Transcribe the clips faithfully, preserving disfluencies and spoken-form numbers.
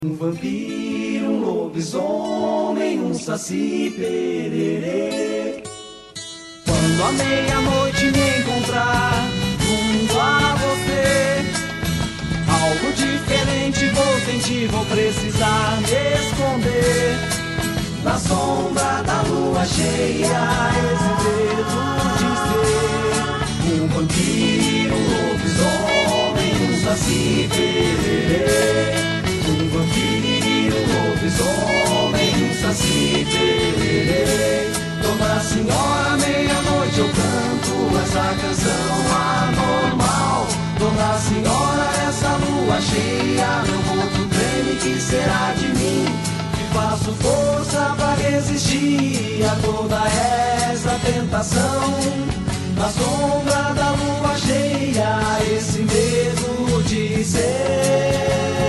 Um vampiro, um lobisomem, um saci pererê. Quando à meia-noite me encontrar junto a você, algo diferente vou sentir, vou precisar me esconder. Na sombra da lua cheia, esse dedo de ser um vampiro, um lobisomem, um saci pererê. Um vampiro, um lobisomem, um saci pererê. Dona Senhora, meia-noite eu canto essa canção anormal. Dona Senhora, essa lua cheia, meu corpo treme, que será de mim? Que faço força pra resistir a toda essa tentação. Na sombra da lua cheia, esse medo de ser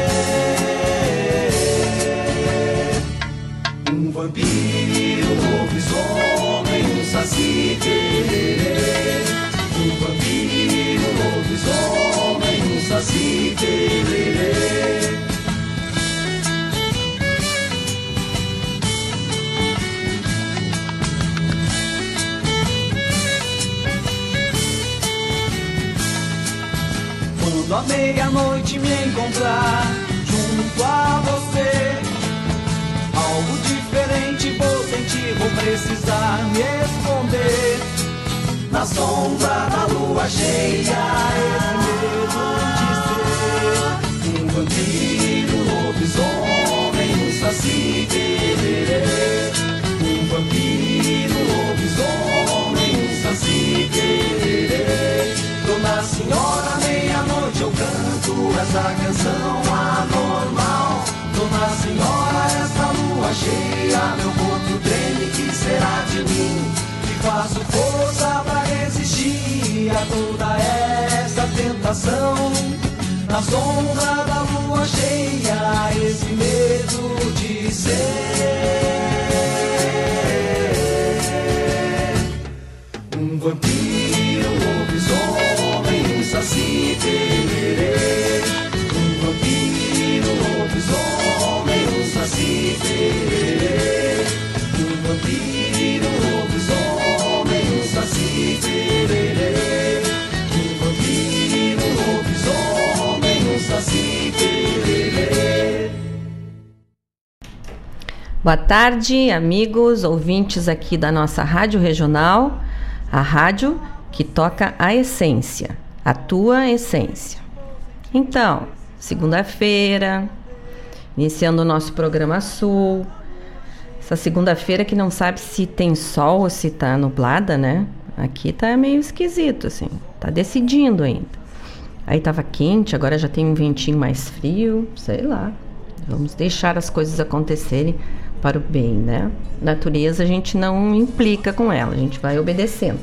um vampiro, um lobisomem, um saci pererê. Um vampiro, um lobisomem, um saci pererê. Quando à meia-noite me encontrar junto a você, algo diferente vou sentir, vou precisar me esconder. Na sombra da lua cheia, esse medo de ser um vampiro, um lobisomem, um saci pererê. Um vampiro, um lobisomem, um saci pererê. Dona Senhora, meia-noite eu canto essa canção anormal. Dona Senhora, essa lua cheia, meu corpo treme, que será de mim? Que faço força pra resistir a toda essa tentação. Na sombra da lua cheia, esse medo de ser um vampiro, um lobisomem, um saci pererê. Um vampiro, um lobisomem, um saci pererê. Um vampiro, um lobisomem, um saci pererê. Um vampiro, um lobisomem, um saci pererê. Boa tarde, amigos, ouvintes aqui da nossa Rádio Regional, a rádio que toca a essência, a tua essência. Então, segunda-feira, iniciando o nosso programa Sul. Essa segunda-feira que não sabe se tem sol ou se tá nublada, né? Aqui tá meio esquisito, assim. Tá decidindo ainda. Aí tava quente, agora já tem um ventinho mais frio, sei lá. Vamos deixar as coisas acontecerem para o bem, né? Natureza a gente não implica com ela, a gente vai obedecendo.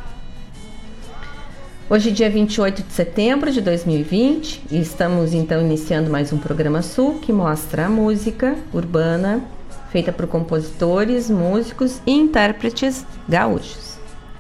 Hoje, dia vinte e oito de setembro de dois mil e vinte, e estamos então iniciando mais um programa Sul que mostra a música urbana feita por compositores, músicos e intérpretes gaúchos.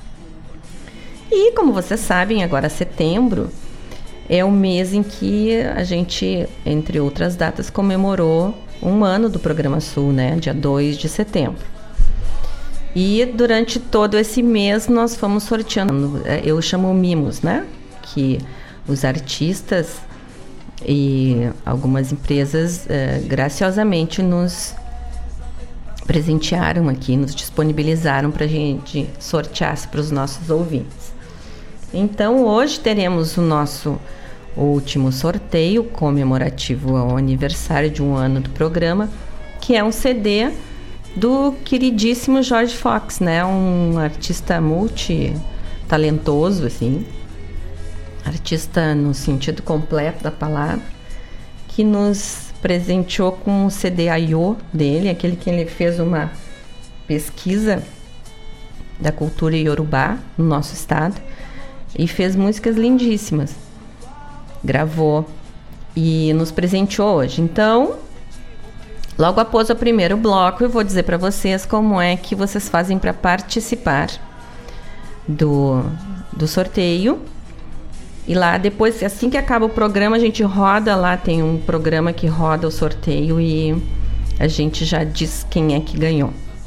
E como vocês sabem, agora setembro é o mês em que a gente, entre outras datas, comemorou um ano do programa Sul, né? Dia dois de setembro. E durante todo esse mês nós fomos sorteando, eu chamo mimos, né? Que os artistas e algumas empresas eh, graciosamente nos presentearam aqui, nos disponibilizaram para a gente sortear para os nossos ouvintes. Então hoje teremos o nosso último sorteio comemorativo ao aniversário de um ano do programa, que é um C D do queridíssimo Jorge Fox, né? Um artista multi-talentoso, assim, artista no sentido completo da palavra, que nos presenteou com o C D Aiô dele, aquele que ele fez uma pesquisa da cultura iorubá no nosso estado e fez músicas lindíssimas, gravou e nos presenteou hoje. Então, logo após o primeiro bloco, eu vou dizer para vocês como é que vocês fazem para participar do, do sorteio E lá depois, assim que acaba o programa, a gente roda lá, tem um programa que roda o sorteio e a gente já diz quem é que ganhou.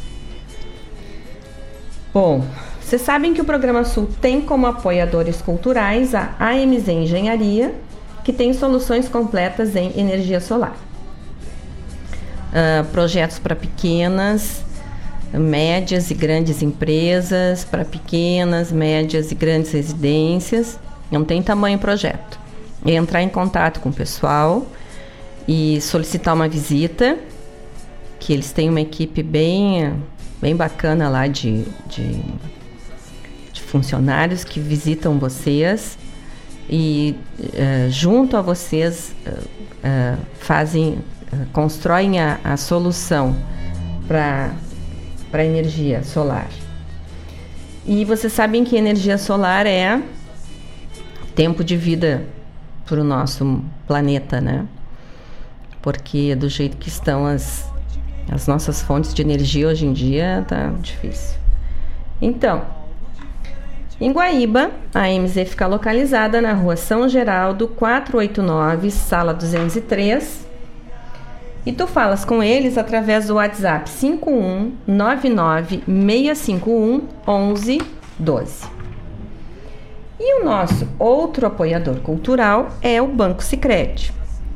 Bom, vocês sabem que o Programa Sul tem como apoiadores culturais a A M Z Engenharia, que tem soluções completas em energia solar. Uh, projetos para pequenas, médias e grandes empresas, para pequenas, médias e grandes residências. Não tem tamanho projeto. É entrar em contato com o pessoal e solicitar uma visita, que eles têm uma equipe bem, bem bacana lá de, de, de funcionários que visitam vocês e uh, junto a vocês uh, uh, fazem, uh, constroem a, a solução para para energia solar. E vocês sabem que energia solar é tempo de vida para o nosso planeta, né? Porque do jeito que estão as, as nossas fontes de energia hoje em dia, tá difícil. Então, em Guaíba, a A M Z fica localizada na rua São Geraldo, quatrocentos e oitenta e nove, sala duzentos e três. E tu falas com eles através do WhatsApp cinco um nove nove seis cinco um um um um dois. E o nosso outro apoiador cultural é o Banco Sicredi.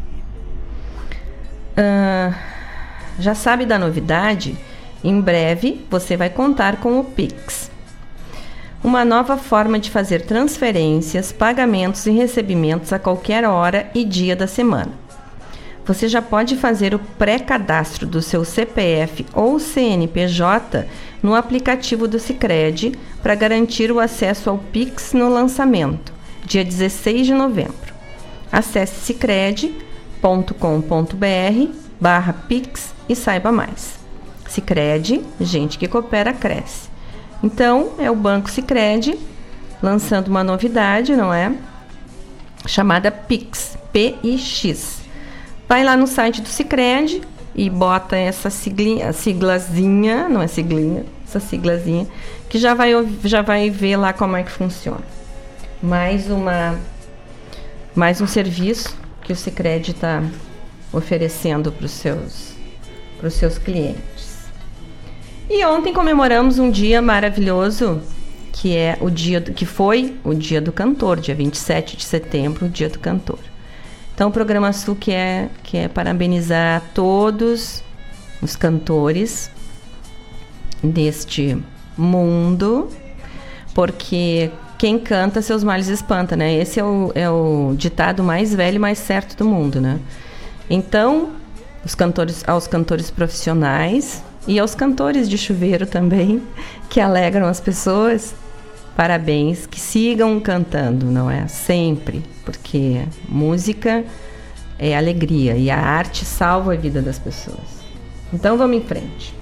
Uh, já sabe da novidade? Em breve você vai contar com o Pix. Uma nova forma de fazer transferências, pagamentos e recebimentos a qualquer hora e dia da semana. Você já pode fazer o pré-cadastro do seu C P F ou C N P J no aplicativo do Sicredi para garantir o acesso ao Pix no lançamento, dia dezesseis de novembro. Acesse sicredi ponto com ponto br barra Pix e saiba mais. Sicredi, gente que coopera, cresce. Então, é o Banco Sicredi lançando uma novidade, não é? Chamada Pix, P I X. Vai lá no site do Sicredi e bota essa siglinha, siglazinha, não é siglinha, essa siglazinha, que já vai, já vai ver lá como é que funciona. Mais uma, mais um serviço que o Sicredi está oferecendo para os seus, para os seus clientes. E ontem comemoramos um dia maravilhoso, que é o dia do, que foi o Dia do Cantor, dia vinte e sete de setembro, o Dia do Cantor. Então o Programa Sul quer, quer parabenizar todos os cantores deste mundo, porque quem canta seus males espanta, né? Esse é o, é o ditado mais velho e mais certo do mundo, né? Então, os cantores, aos cantores profissionais e aos cantores de chuveiro também, que alegram as pessoas, parabéns, que sigam cantando, não é? Sempre, porque música é alegria e a arte salva a vida das pessoas. Então vamos em frente.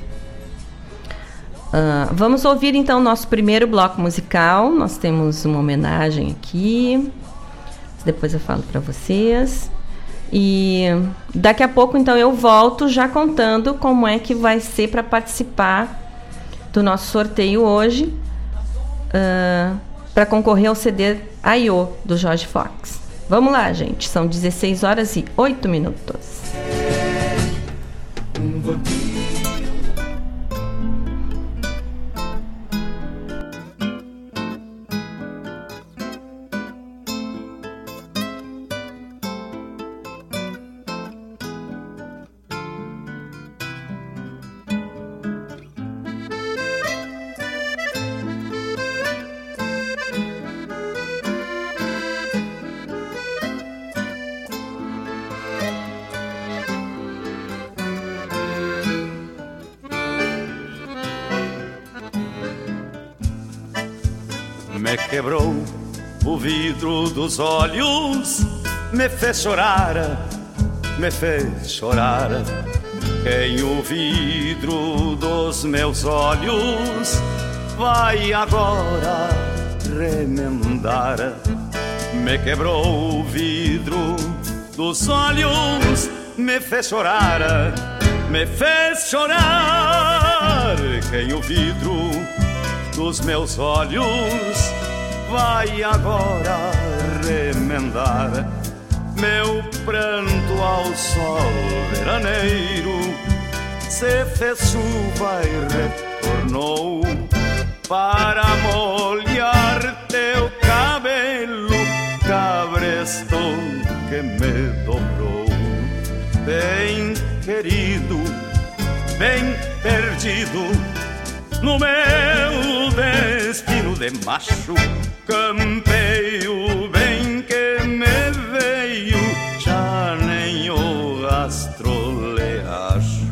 Uh, vamos ouvir então o nosso primeiro bloco musical. Nós temos uma homenagem aqui, depois eu falo para vocês. E daqui a pouco então eu volto já contando como é que vai ser para participar do nosso sorteio hoje. Uh, para concorrer ao C D I O do Jorge Fox. Vamos lá, gente. São dezesseis horas e oito minutos. Me quebrou o vidro dos olhos, me fez chorar, me fez chorar. Quem o vidro dos meus olhos vai agora remendar. Me quebrou o vidro dos olhos, me fez chorar, me fez chorar. Quem o vidro dos meus olhos vai agora remendar meu pranto ao sol veraneiro. Se fez chuva e retornou para molhar teu cabelo, cabresto que me dobrou. Bem querido, bem perdido no meu destino de macho, campeio bem que me veio, já nem o rastro lhe acho.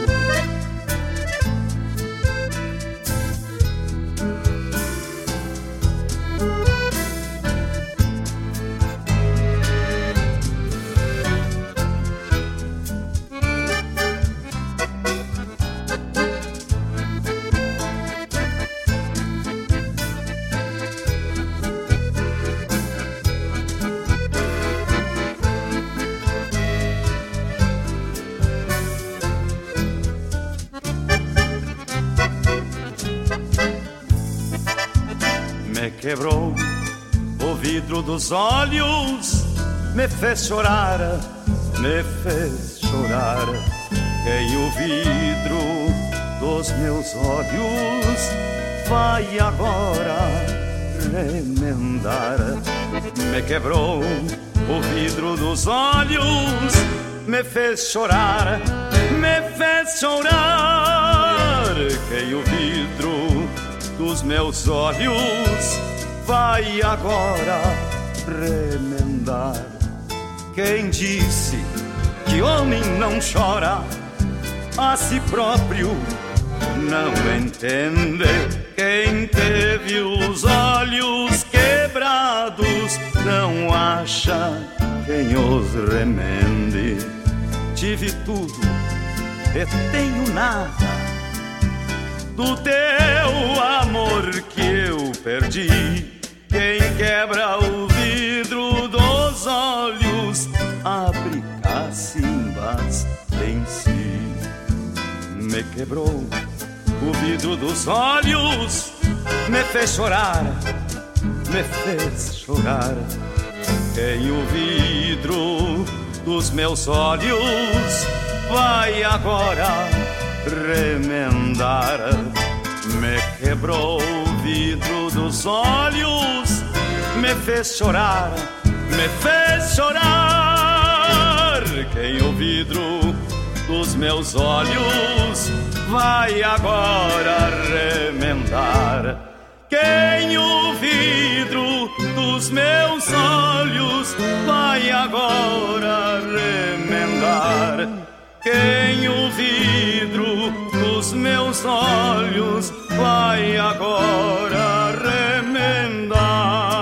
Quebrou o vidro dos olhos, me fez chorar, me fez chorar. E o vidro dos meus olhos vai agora remendar. Me quebrou o vidro dos olhos, me fez chorar, me fez chorar. Que o vidro dos meus olhos vai agora remendar. Quem disse que homem não chora, a si próprio não entende. Quem teve os olhos quebrados não acha quem os remende. Tive tudo e tenho nada do teu amor que eu perdi. Quem quebra o vidro dos olhos abre cacimbas em si. Me quebrou o vidro dos olhos, me fez chorar, me fez chorar. Quem o vidro dos meus olhos vai agora remendar. Me quebrou o vidro dos olhos, me fez chorar, me fez chorar. Quem o vidro dos meus olhos vai agora remendar. Quem o vidro dos meus olhos vai agora remendar. Quem o vidro dos meus olhos vai agora remendar.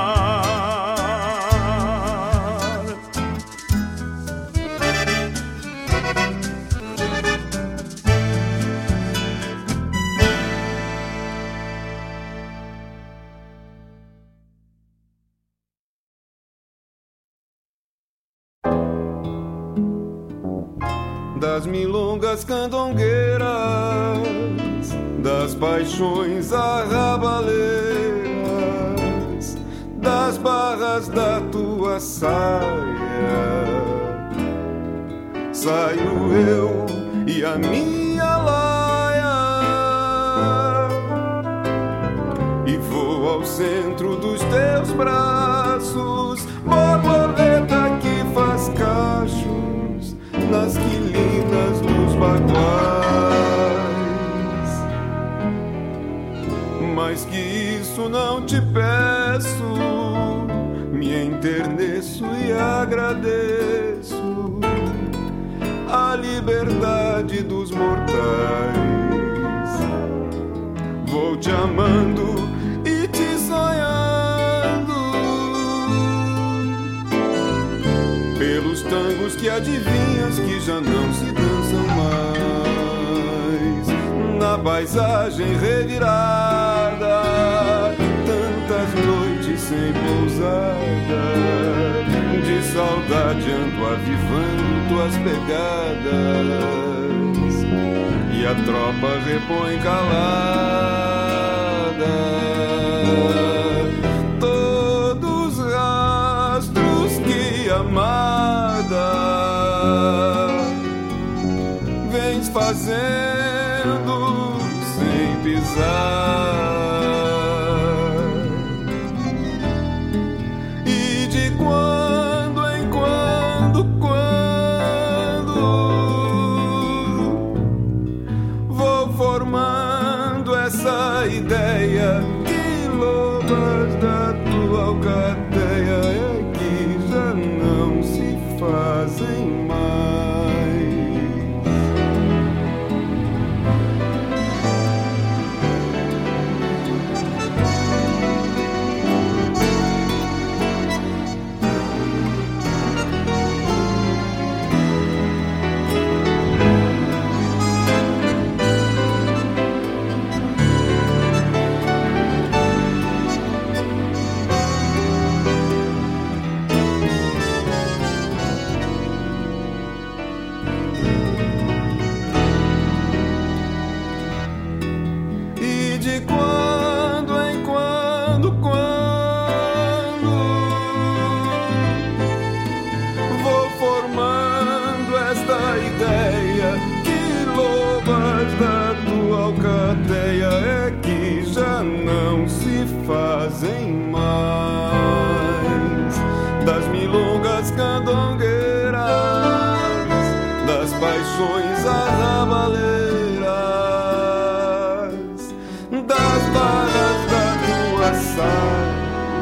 Das milongas candongueiras, das paixões arrabaleiras, das barras da tua saia, saio eu e a minha laia, e vou ao centro dos teus braços, borboleta que faz cachos nas quilinas dos baguais. Mais que isso não te peço, me enterneço e agradeço a liberdade dos mortais. Vou te amando e te sonhando pelos tangos que adivinhas que já não se dançam mais. Na paisagem revirada, tantas noites sem pousada, de saudade ando avivando tuas pegadas, e a tropa repõe calada todos os vens fazendo sem pisar. E de quando em quando, quando vou formando essa ideia que lobas da tua alcateia é que já não se fazem mais. Fazem mais das milongas candongueiras, das paixões arrabaleiras, das barras da tua sala.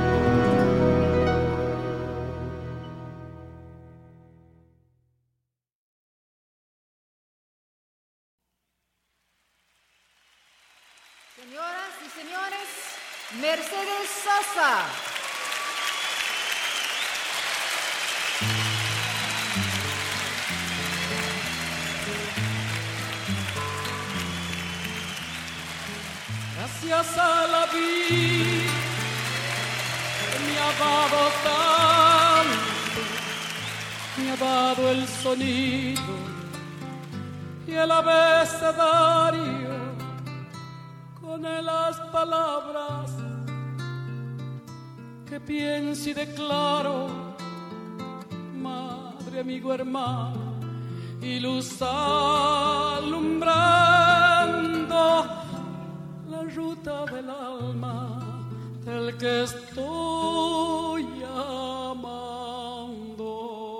Señoras y señores, Mercedes Sosa. Gracias a la vida que me ha dado tanto, me ha dado el sonido y el abecedario con las palabras que pienso y declaro, madre, amigo, hermano, y luz alumbrando la ruta del alma del que estoy amando.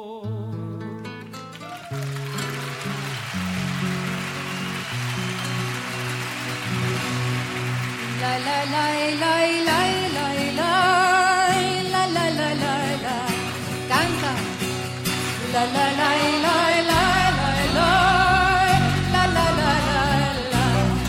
La la la la la la la la la la la la canta. La la la la la la la la la la la.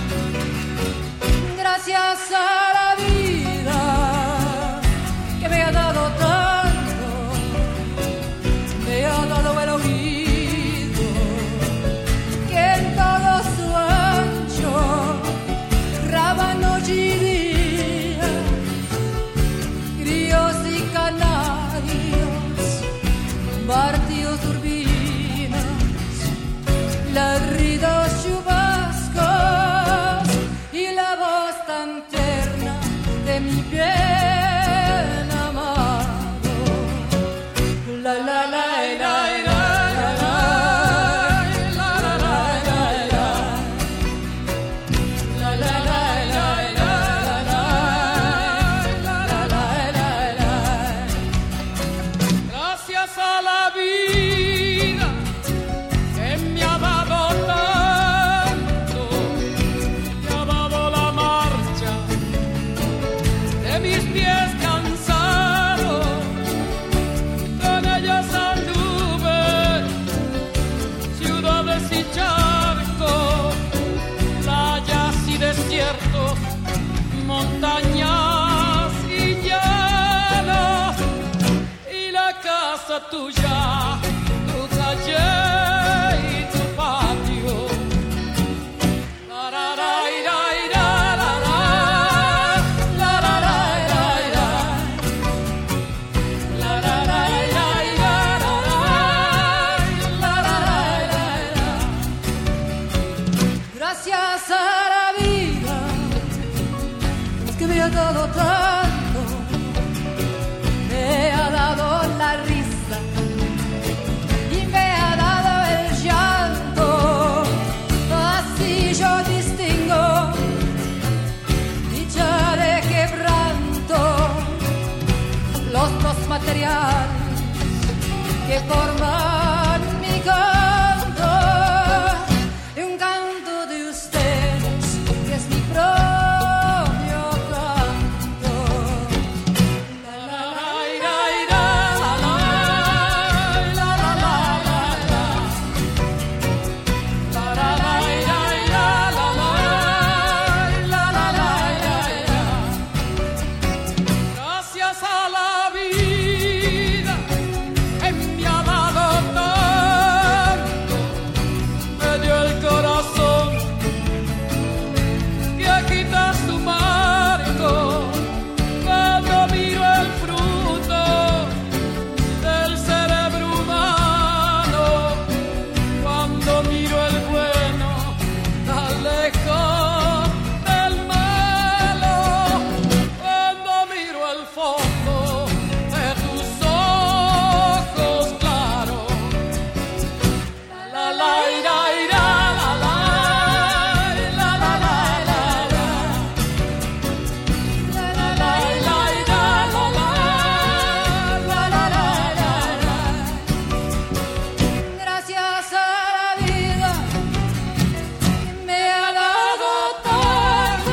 Gracias a la vida que me ha dado tanto, me ha dado el oído que en todo su ancho rábano y día, grillos y canarios, partidos turbinas, ladridos chubascos y la voz tan tierna de mi bien amado. La la la la la. Montañas y llanos y la casa tuya, tu calle y tu patio. La la la la la la la la la la la la. Gracias a la vida que me ha dado tanto, me ha dado la risa y me ha dado el llanto, señales que forman mi canto, y un canto de ustedes que es mi propio canto. La la la la la la la la la la la la la la Gracias a la vida que me ha dado tanto, me dio el corazón que quita su marco. Cuando miro el fruto del cerebro humano, cuando miro el bueno tan lejos del malo, cuando miro el fondo de tus ojos claros. La la ira ira la la la la la la la la la ira ira la la la la la la la. Gracias a la vida que me ha dado tanto.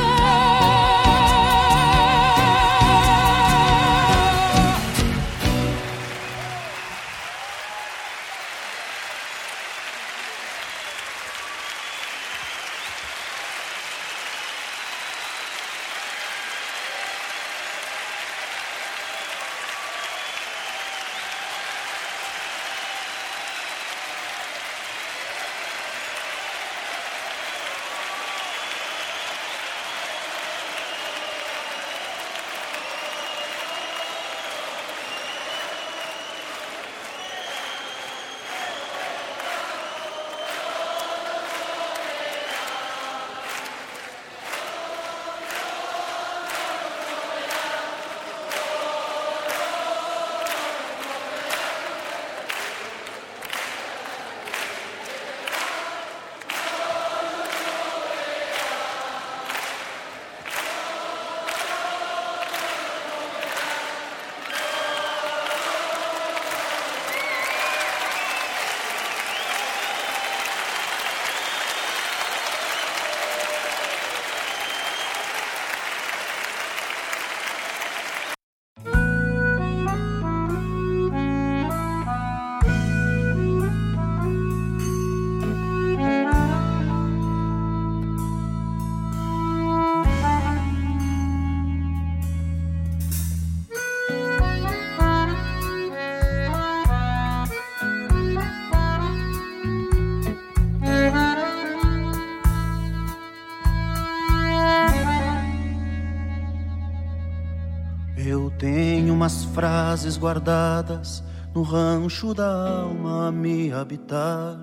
Eu tenho umas frases guardadas no rancho da alma a me habitar,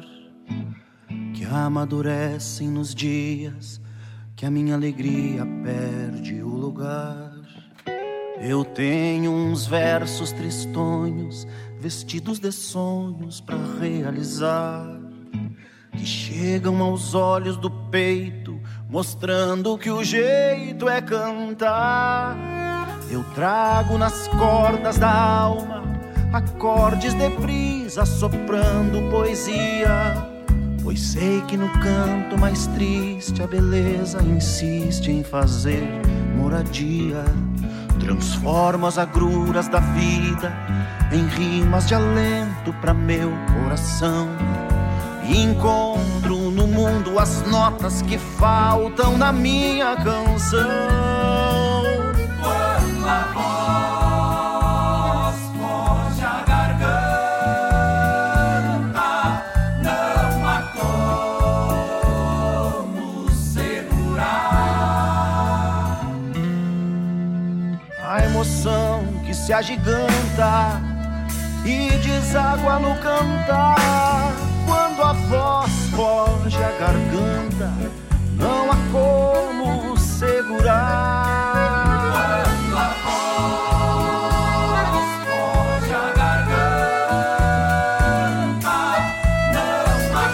que amadurecem nos dias que a minha alegria perde o lugar. Eu tenho uns versos tristonhos vestidos de sonhos pra realizar, que chegam aos olhos do peito, mostrando que o jeito é cantar. Eu trago nas cordas da alma acordes de brisa soprando poesia, pois sei que no canto mais triste a beleza insiste em fazer moradia. Transformo as agruras da vida em rimas de alento pra meu coração, e encontro no mundo as notas que faltam na minha canção. Quando a voz foge a garganta, não há como segurar a emoção que se agiganta e deságua no cantar. Quando a voz foge a garganta, não há como segurar. Quando a voz foge a garganta, não há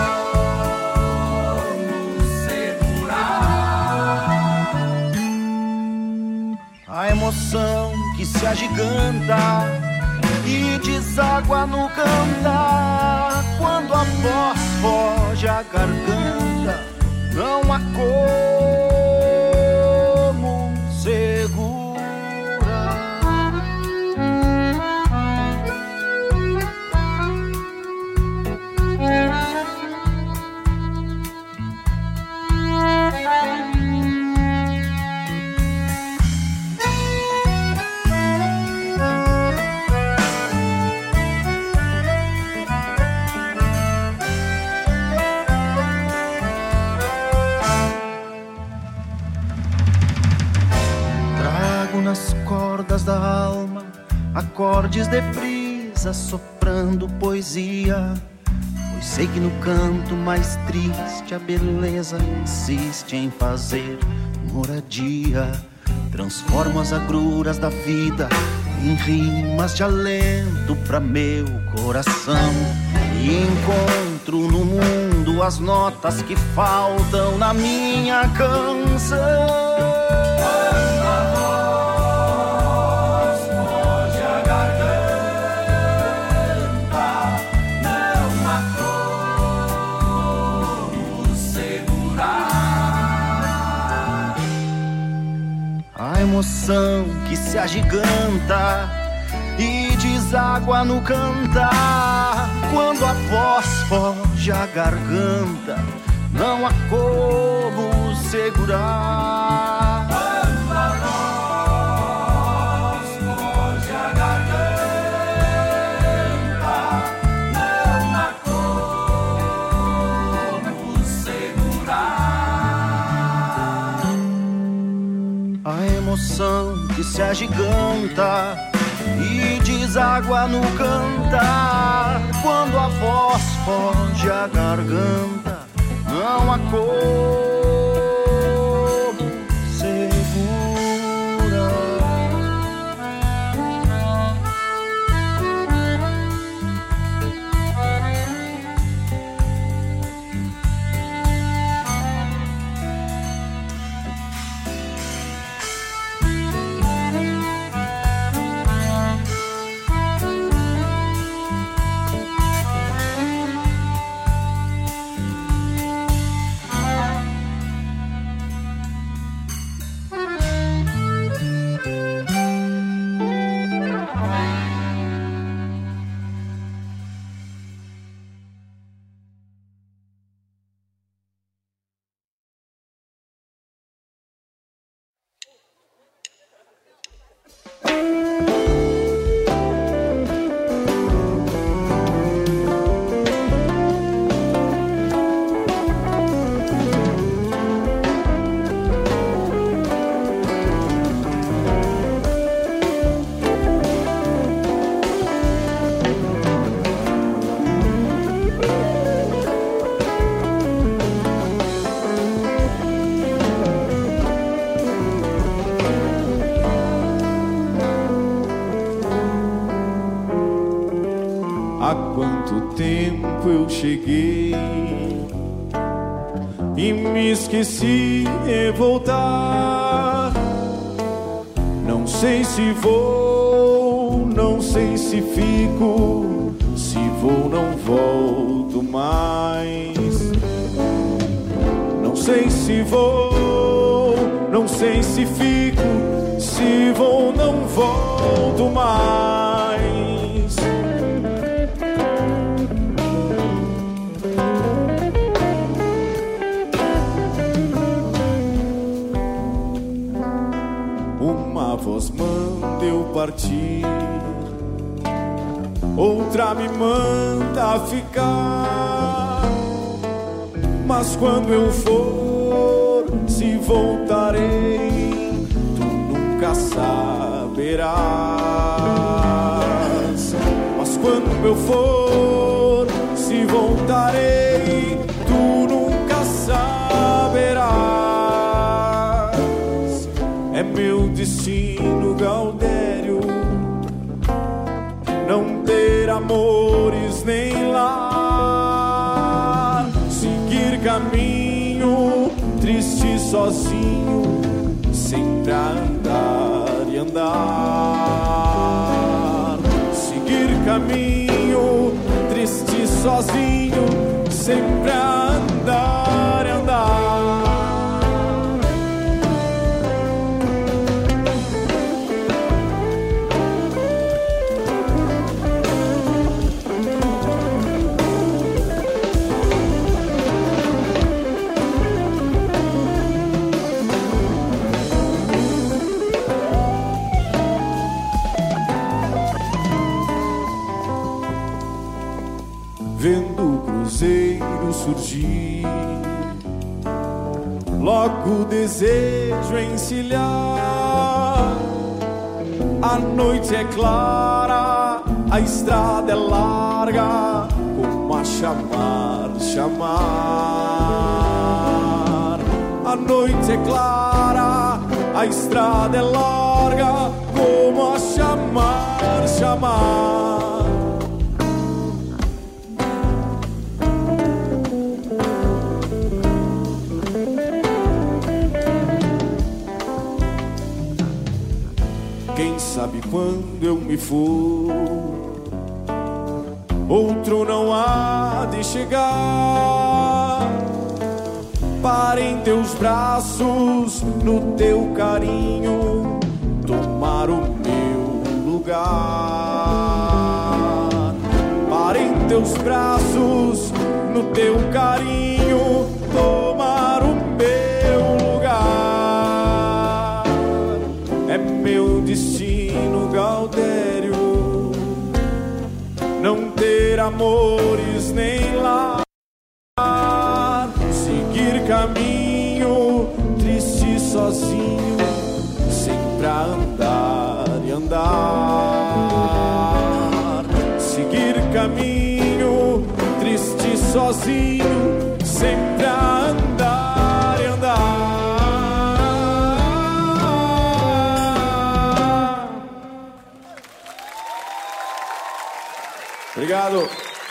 como segurar a emoção que se agiganta deságua no cantar. Quando a voz foge à garganta, não há como segurar. Nas cordas da alma, acordes de brisa soprando poesia. Pois sei que no canto mais triste a beleza insiste em fazer moradia. Transformo as agruras da vida em rimas de alento pra meu coração, e encontro no mundo as notas que faltam na minha canção. Emoção que se agiganta e deságua no cantar. Quando a voz foge à garganta, não há como segurar. Quando a voz foge à garganta, não há como segurar. A emoção que se agiganta e deságua no cantar. Quando a voz foge à garganta, não há como Eu cheguei e me esqueci de voltar. Não sei se vou, não sei se fico, se vou não volto mais. Não sei se vou, não sei se fico, se vou não volto mais. Voz manda eu partir, outra me manda ficar. Mas quando eu for, se voltarei, tu nunca saberás. Mas quando eu for, se voltarei, tu nunca saberás. É meu destino, Gaudério, não ter amores nem lar, seguir caminho triste sozinho, sempre a andar e andar. Seguir caminho caminho, triste sozinho, sempre a andar e andar. Vendo o cruzeiro surgir, logo o desejo encilhar. A noite é clara, a estrada é larga, como a chamar, chamar. A noite é clara, a estrada é larga, como a chamar, chamar. Quem sabe quando eu me for, outro não há de chegar. Para em teus braços, no teu carinho, tomar o meu lugar. Para em teus braços, no teu carinho, tomar o meu lugar. É meu destino, Gaudério, não ter amores nem lar, seguir caminho triste sozinho, sempre a andar e andar. Seguir caminho triste sozinho, sempre a andar e andar. Obrigado.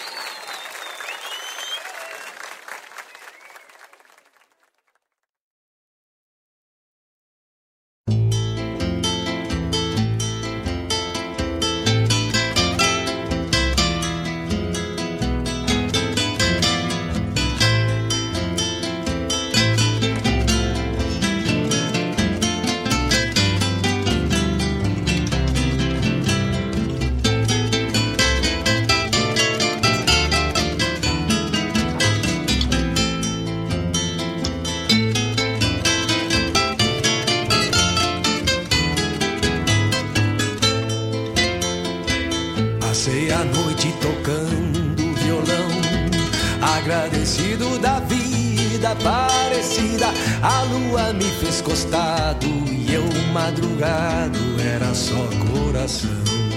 Passei a noite tocando violão, agradecido da vida parecida. A lua me fez costado e eu madrugado, era só coração.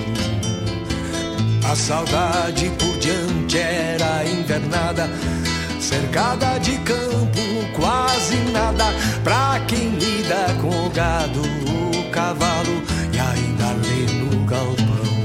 A saudade por diante era invernada, cercada de campo, quase nada. Pra quem lida com o gado, o cavalo e ainda lê no galpão.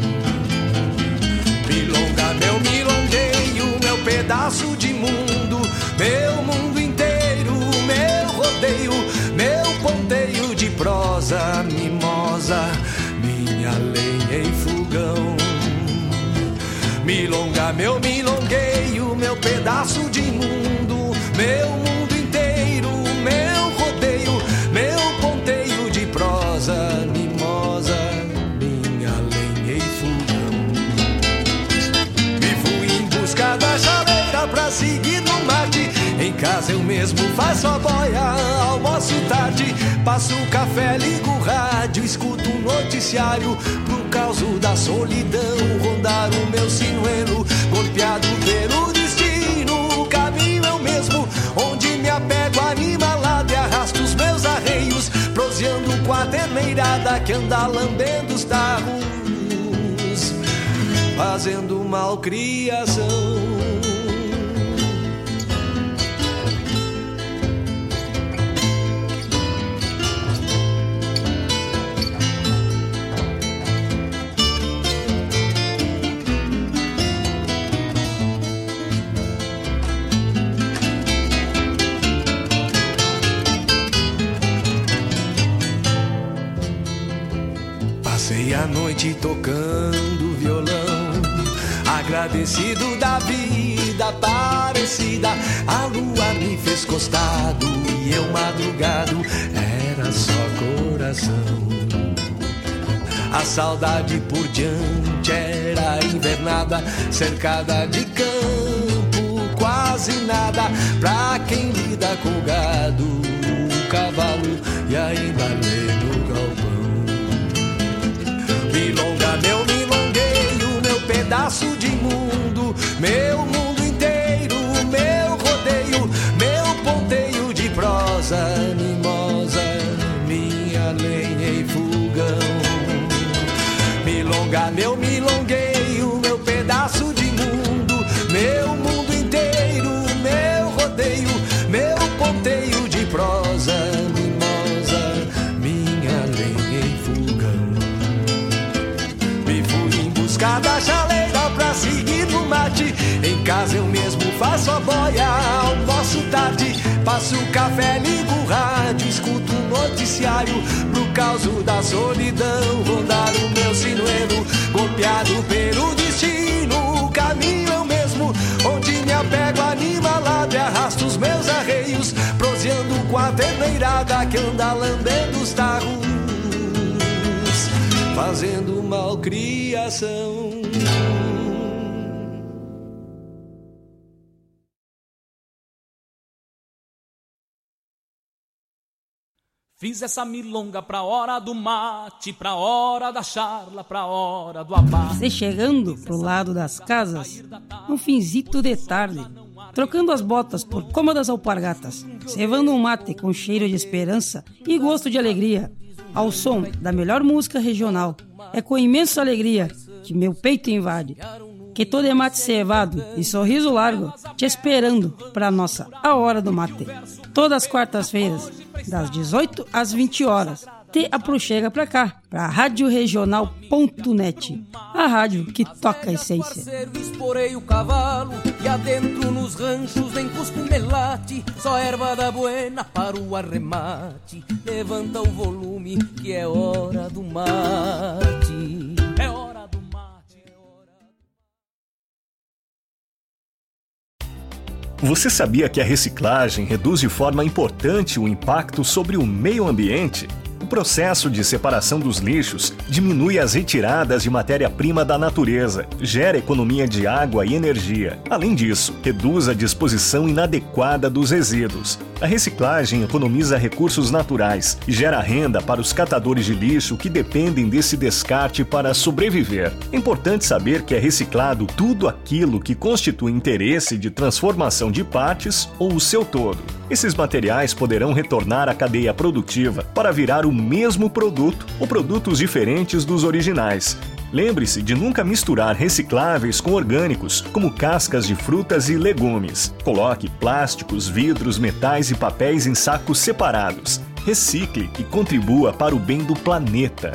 Milonga, meu milongueio, meu pedaço de mundo, meu mundo inteiro, meu rodeio, meu ponteio de prosa mimosa, minha lenha e fogão. Milonga, meu milongueio, meu pedaço de mundo, meu mundo inteiro, meu rodeio, meu ponteio de prosa mimosa, minha lenha e fogão. Da chaleira pra seguir no mate, em casa eu mesmo faço a boia, almoço tarde, passo o café, ligo o rádio, escuto o noticiário, por causa da solidão, rondar o meu sinuelo, golpeado pelo destino, o caminho é o mesmo, onde me apego, animalado e arrasto os meus arreios, proseando com a terneirada que anda lambendo os tarros, fazendo malcriação. Passei a noite tocando violão, agradecido da vida parecida. A lua me fez costado e eu madrugado, era só coração. A saudade por diante era invernada, cercada de campo, quase nada. Pra quem lida com o gado, o cavalo e ainda lê no galpão. Milonga, meu milongueiro, meu pedaço de mundo, meu mundo inteiro, meu rodeio, meu ponteio de prosa mimosa, minha lenha e fogão. Milonga, meu milongueiro, meu pedaço de mundo, meu mundo inteiro, meu rodeio, meu ponteio de prosa mimosa, minha lenha e fogão. Me fui em busca da chaleira pra seguir no mate. Em casa eu mesmo faço a boia, almoço tarde, passo o café, ligo o rádio, escuto o noticiário. Pro causo da solidão, rondar o meu sinuelo, golpeado pelo destino. O caminho é o mesmo, onde me apego, anima, lado e arrasto os meus arreios, proseando com a terneirada que anda lambendo os tarros, fazendo malcriação. Fiz essa milonga pra hora do mate, pra hora da charla, pra hora do abate. Você chegando pro lado das casas, um finzito de tarde, trocando as botas por cômodas alpargatas, cevando um mate com cheiro de esperança e gosto de alegria, ao som da melhor música regional. É com imensa alegria que meu peito invade, que todo é mate cevado e sorriso largo, te esperando pra nossa A Hora do Mate. Todas as quartas-feiras, das dezoito às vinte horas, te aproxega pra cá, pra rádio regional ponto net, a rádio que toca a essência. Esporei o cavalo e adentro nos ranchos nem cusco melate, só erva da buena para o arremate. Levanta o volume que é hora do mate. É hora do mate, é hora... Você sabia que a reciclagem reduz de forma importante o impacto sobre o meio ambiente? O processo de separação dos lixos diminui as retiradas de matéria-prima da natureza, gera economia de água e energia. Além disso, reduz a disposição inadequada dos resíduos. A reciclagem economiza recursos naturais e gera renda para os catadores de lixo que dependem desse descarte para sobreviver. É importante saber que é reciclado tudo aquilo que constitui interesse de transformação de partes ou o seu todo. Esses materiais poderão retornar à cadeia produtiva para virar o mesmo produto ou produtos diferentes dos originais. Lembre-se de nunca misturar recicláveis com orgânicos, como cascas de frutas e legumes. Coloque plásticos, vidros, metais e papéis em sacos separados. Recicle e contribua para o bem do planeta.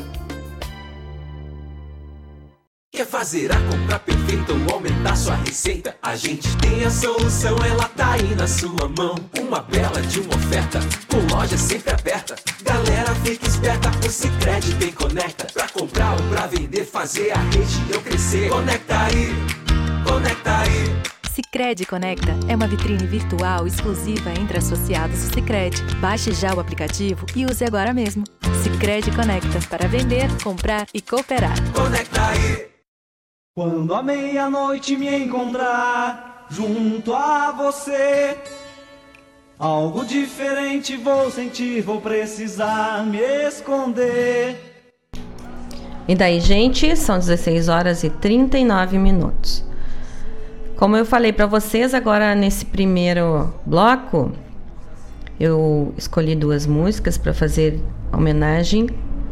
Quer fazer a compra perfeita ou aumentar sua receita? A gente tem a solução, ela tá aí na sua mão. Uma bela de uma oferta, com loja sempre aberta. Galera fica esperta, o Sicredi tem conecta. Pra comprar ou pra vender, fazer a região crescer. Conecta aí, conecta aí. Sicredi Conecta é uma vitrine virtual exclusiva entre associados do Sicredi. Baixe já o aplicativo e use agora mesmo. Sicredi Conecta, para vender, comprar e cooperar. Conecta aí. Quando à meia-noite me encontrar junto a você, algo diferente vou sentir, vou precisar me esconder. E daí, gente, são dezesseis horas e trinta e nove minutos. Como eu falei para vocês, agora nesse primeiro bloco, eu escolhi duas músicas para fazer homenagem.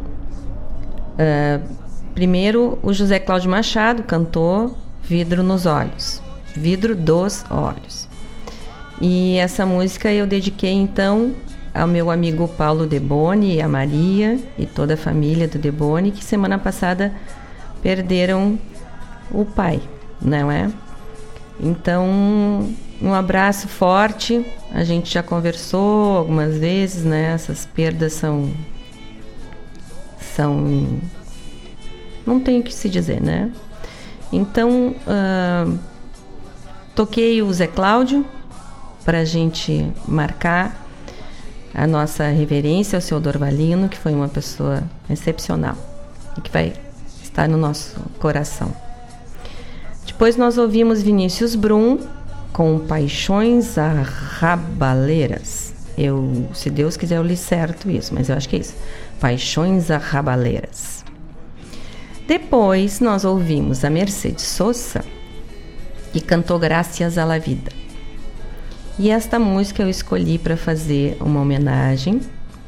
Uh, Primeiro, o José Cláudio Machado cantou Vidro nos Olhos, Vidro dos Olhos. E essa música eu dediquei então ao meu amigo Paulo Deboni, a Maria e toda a família do Deboni, que semana passada perderam o pai, não é? Então, um abraço forte. A gente já conversou algumas vezes, né? Essas perdas são... são... não tem o que se dizer, né? Então, uh, toquei o Zé Cláudio para a gente marcar a nossa reverência ao seu Dorvalino, que foi uma pessoa excepcional e que vai estar no nosso coração. Depois nós ouvimos Vinícius Brum com Paixões Arrabaleiras. Eu, se Deus quiser, eu li certo isso, mas eu acho que é isso. Paixões Arrabaleiras. Depois nós ouvimos a Mercedes Sosa, que cantou Gracias a la Vida. E esta música eu escolhi para fazer uma homenagem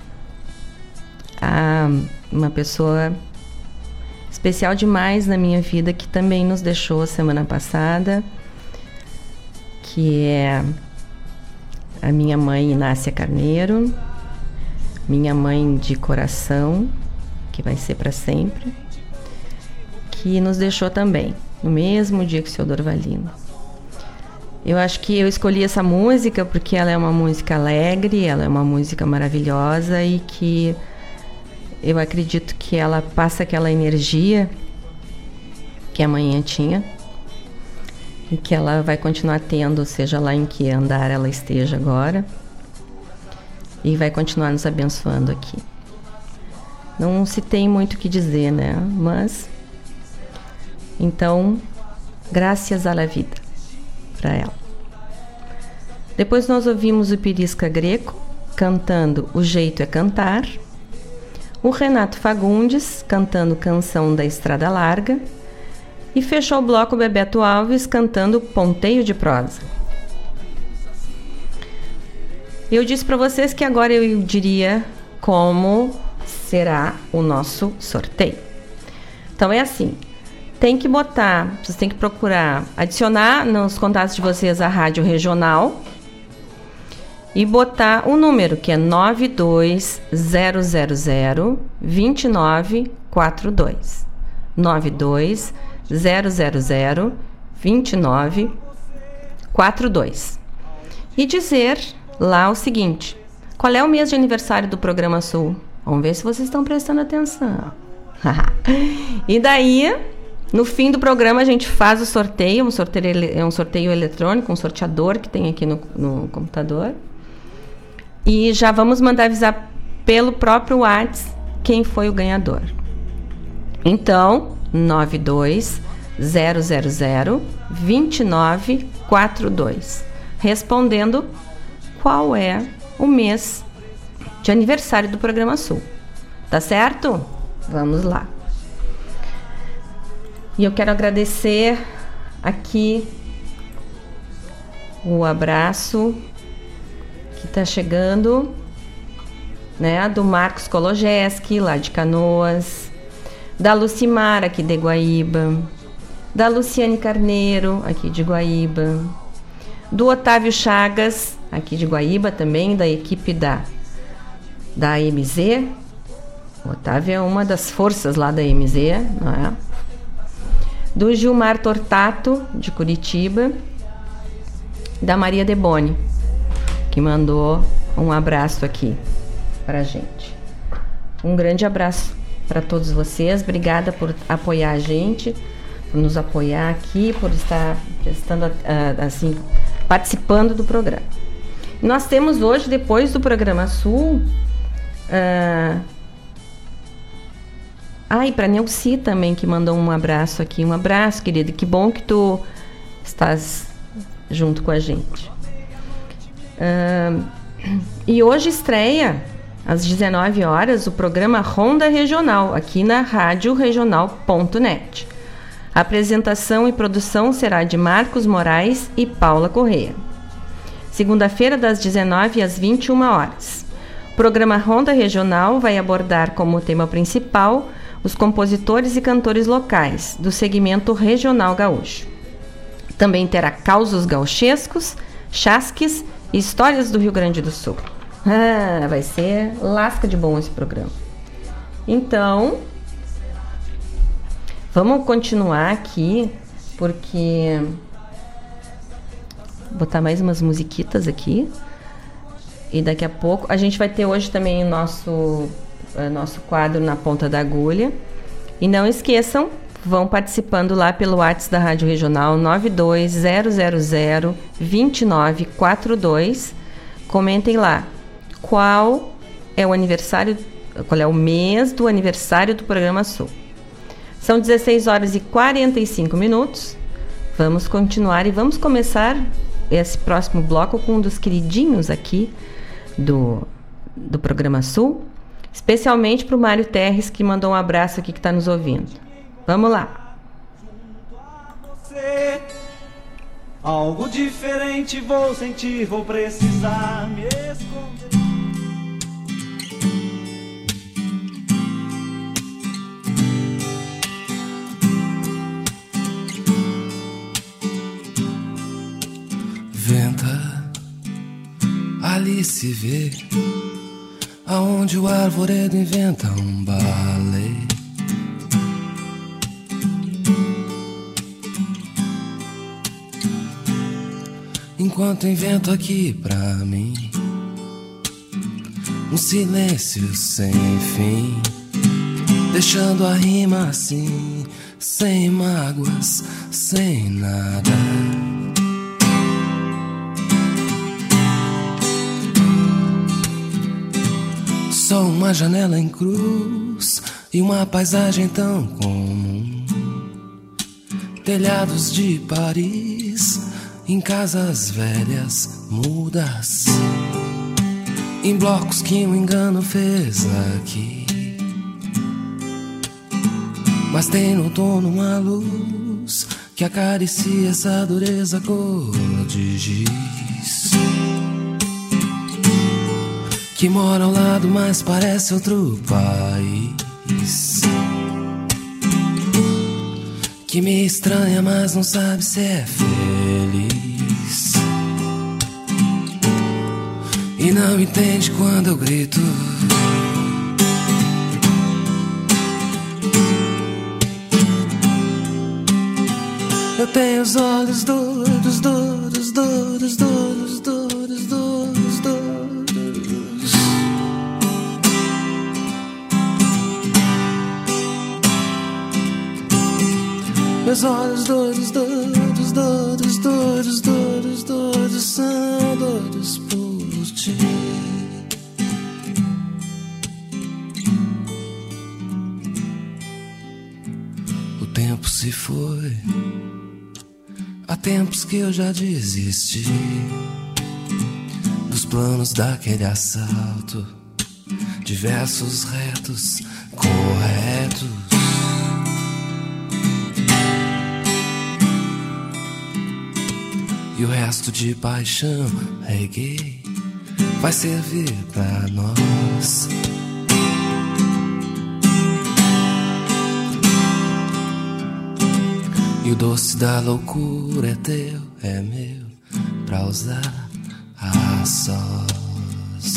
a uma pessoa especial demais na minha vida, que também nos deixou semana passada, que é a minha mãe Inácia Carneiro, minha mãe de coração, que vai ser para sempre, que nos deixou também, no mesmo dia que o seu Dorvalino. Eu acho que eu escolhi essa música porque ela é uma música alegre, ela é uma música maravilhosa e que eu acredito que ela passa aquela energia que a manhã tinha e que ela vai continuar tendo, seja lá em que andar ela esteja agora, e vai continuar nos abençoando aqui. Não se tem muito o que dizer, né? Mas, então, Gracias a la Vida para ela. Depois nós ouvimos o Pirisca Greco cantando O Jeito é Cantar, o Renato Fagundes cantando Canção da Estrada Larga e fechou o bloco Bebeto Alves cantando Ponteio de Prosa. Eu disse para vocês que agora eu diria como será o nosso sorteio. Então é assim, tem que botar, vocês têm que procurar adicionar nos contatos de vocês a rádio regional e botar o número, que é nove dois zero zero zero, dois nove quatro dois. nove dois zero zero zero, dois nove quatro dois. E dizer lá o seguinte: qual é o mês de aniversário do Programa Sul? Vamos ver se vocês estão prestando atenção. E daí, no fim do programa, a gente faz o sorteio. Um sorteio é um sorteio eletrônico, um sorteador que tem aqui no, no computador. E já vamos mandar avisar pelo próprio WhatsApp quem foi o ganhador. Então, nove dois zero zero zero, dois nove quatro dois. Respondendo qual é o mês de aniversário do Programa Sul. Tá certo? Vamos lá. E eu quero agradecer aqui o abraço que está chegando, né, do Marcos Kologeski, lá de Canoas, da Lucimar, aqui de Guaíba, da Luciane Carneiro, aqui de Guaíba, do Otávio Chagas, aqui de Guaíba também, da equipe da, da A M Z. O Otávio é uma das forças lá da A M Z, não é? Do Gilmar Tortato, de Curitiba, da Maria Deboni, que mandou um abraço aqui pra gente. Um grande abraço para todos vocês. Obrigada por apoiar a gente, por nos apoiar aqui, por estar prestando, assim, participando do programa. Nós temos hoje, depois do Programa Sul, uh... ah, e para Nelci também, que mandou um abraço aqui. Um abraço, querida. Que bom que tu estás junto com a gente. Uh, e hoje estreia, às dezenove horas, o programa Ronda Regional, aqui na rádio regional ponto net. A apresentação e produção será de Marcos Moraes e Paula Corrêa. Segunda-feira, das dezenove às vinte e uma horas. O programa Ronda Regional vai abordar como tema principal os compositores e cantores locais do segmento regional gaúcho. Também terá causos gauchescos, chasques e histórias do Rio Grande do Sul. Ah, vai ser lasca de bom esse programa. Então, vamos continuar aqui, porque vou botar mais umas musiquitas aqui. E daqui a pouco a gente vai ter hoje também o nosso, o nosso quadro Na Ponta da Agulha. E não esqueçam, vão participando lá pelo WhatsApp da Rádio Regional nove dois zero zero zero dois nove quatro dois. Comentem lá qual é o aniversário, qual é o mês do aniversário do Programa Sul. São dezesseis horas e quarenta e cinco minutos. Vamos continuar e vamos começar esse próximo bloco com um dos queridinhos aqui do, do Programa Sul, especialmente para o Mário Terres, que mandou um abraço aqui, que está nos ouvindo. Vamos lá. Você, algo diferente vou sentir, vou precisar me esconder. Venta, ali se vê, aonde o arvoredo inventa um balé. Enquanto invento aqui pra mim um silêncio sem fim, deixando a rima assim, sem mágoas, sem nada. Só uma janela em cruz e uma paisagem tão comum. Telhados de Paris, em casas velhas mudas, em blocos que um engano fez aqui. Mas tem no outono uma luz que acaricia essa dureza cor de giz, que mora ao lado, mas parece outro país, que me estranha, mas não sabe se é feliz, e não entende quando eu grito. Eu tenho os olhos duros, duros, duros, duros, duros, duros, duros. Meus olhos duros, duros, duros, duros, duros, duros, são duros por ti. O tempo se foi, há tempos que eu já desisti dos planos daquele assalto, de versos retos, corretos. E o resto de paixão, reggae, vai servir pra nós. E o doce da loucura é teu, é meu, pra usar a sós.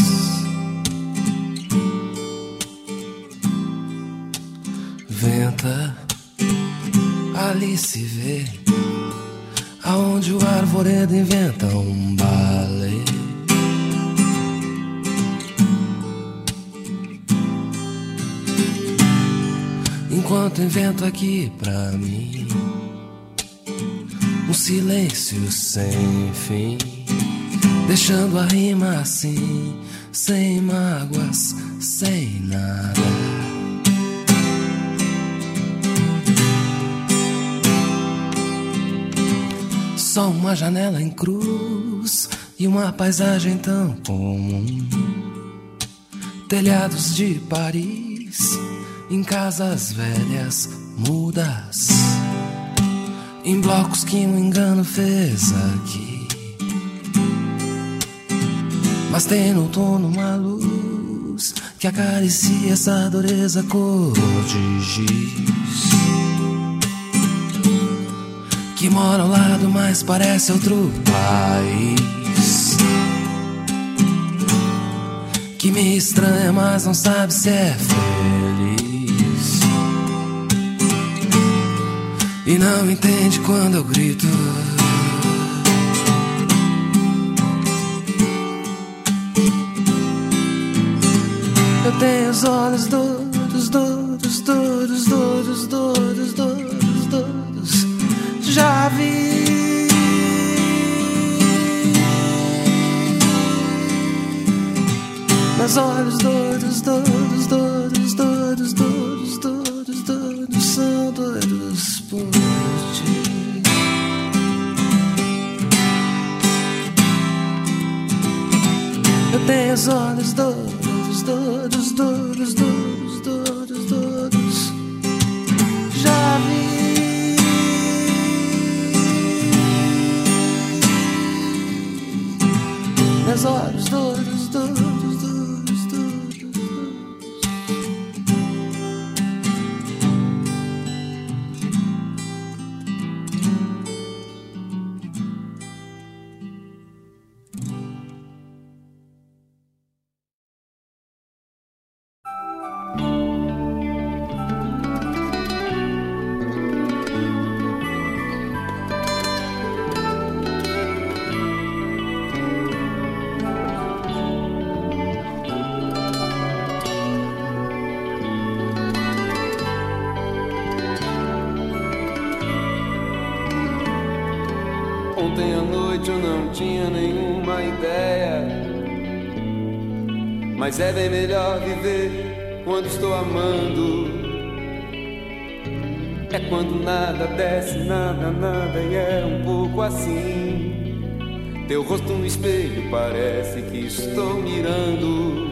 Venta, ali se vê, aonde o arvoredo inventa um balé. Enquanto invento aqui pra mim um silêncio sem fim, deixando a rima assim, sem mágoas, sem nada. Só uma janela em cruz e uma paisagem tão comum. Telhados de Paris, em casas velhas mudas, em blocos que um engano fez aqui. Mas tem no outono uma luz que acaricia essa dureza cor de giz, que mora ao lado, mas parece outro país, que me estranha, mas não sabe se é feliz, e não entende quando eu grito. Eu tenho os olhos duros, duros, todos, todos, todos, todos, todos, todos, já vi. Meus olhos doidos, doidos, doidos, doidos, doidos, doidos, doidos, são doidos por ti. Eu tenho os olhos doidos, doidos, doidos, doidos, doidos, doidos, já vi. Meus olhos doidos, doidos. Ontem à noite eu não tinha nenhuma ideia, mas é bem melhor viver quando estou amando. É quando nada desce, nada, nada, e é um pouco assim. Teu rosto no espelho parece que estou mirando.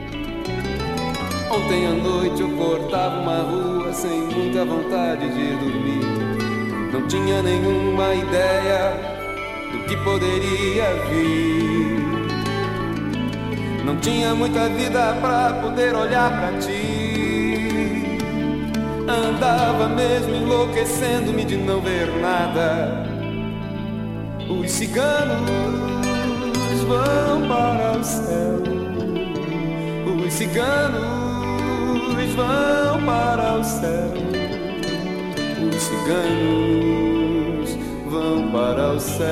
Ontem à noite eu cortava uma rua sem muita vontade de dormir. Não tinha nenhuma ideia do que poderia vir. Não tinha muita vida pra poder olhar pra ti. Andava mesmo enlouquecendo-me de não ver nada. Os ciganos vão para o céu. Os ciganos vão para o céu. Os ciganos vão para o céu.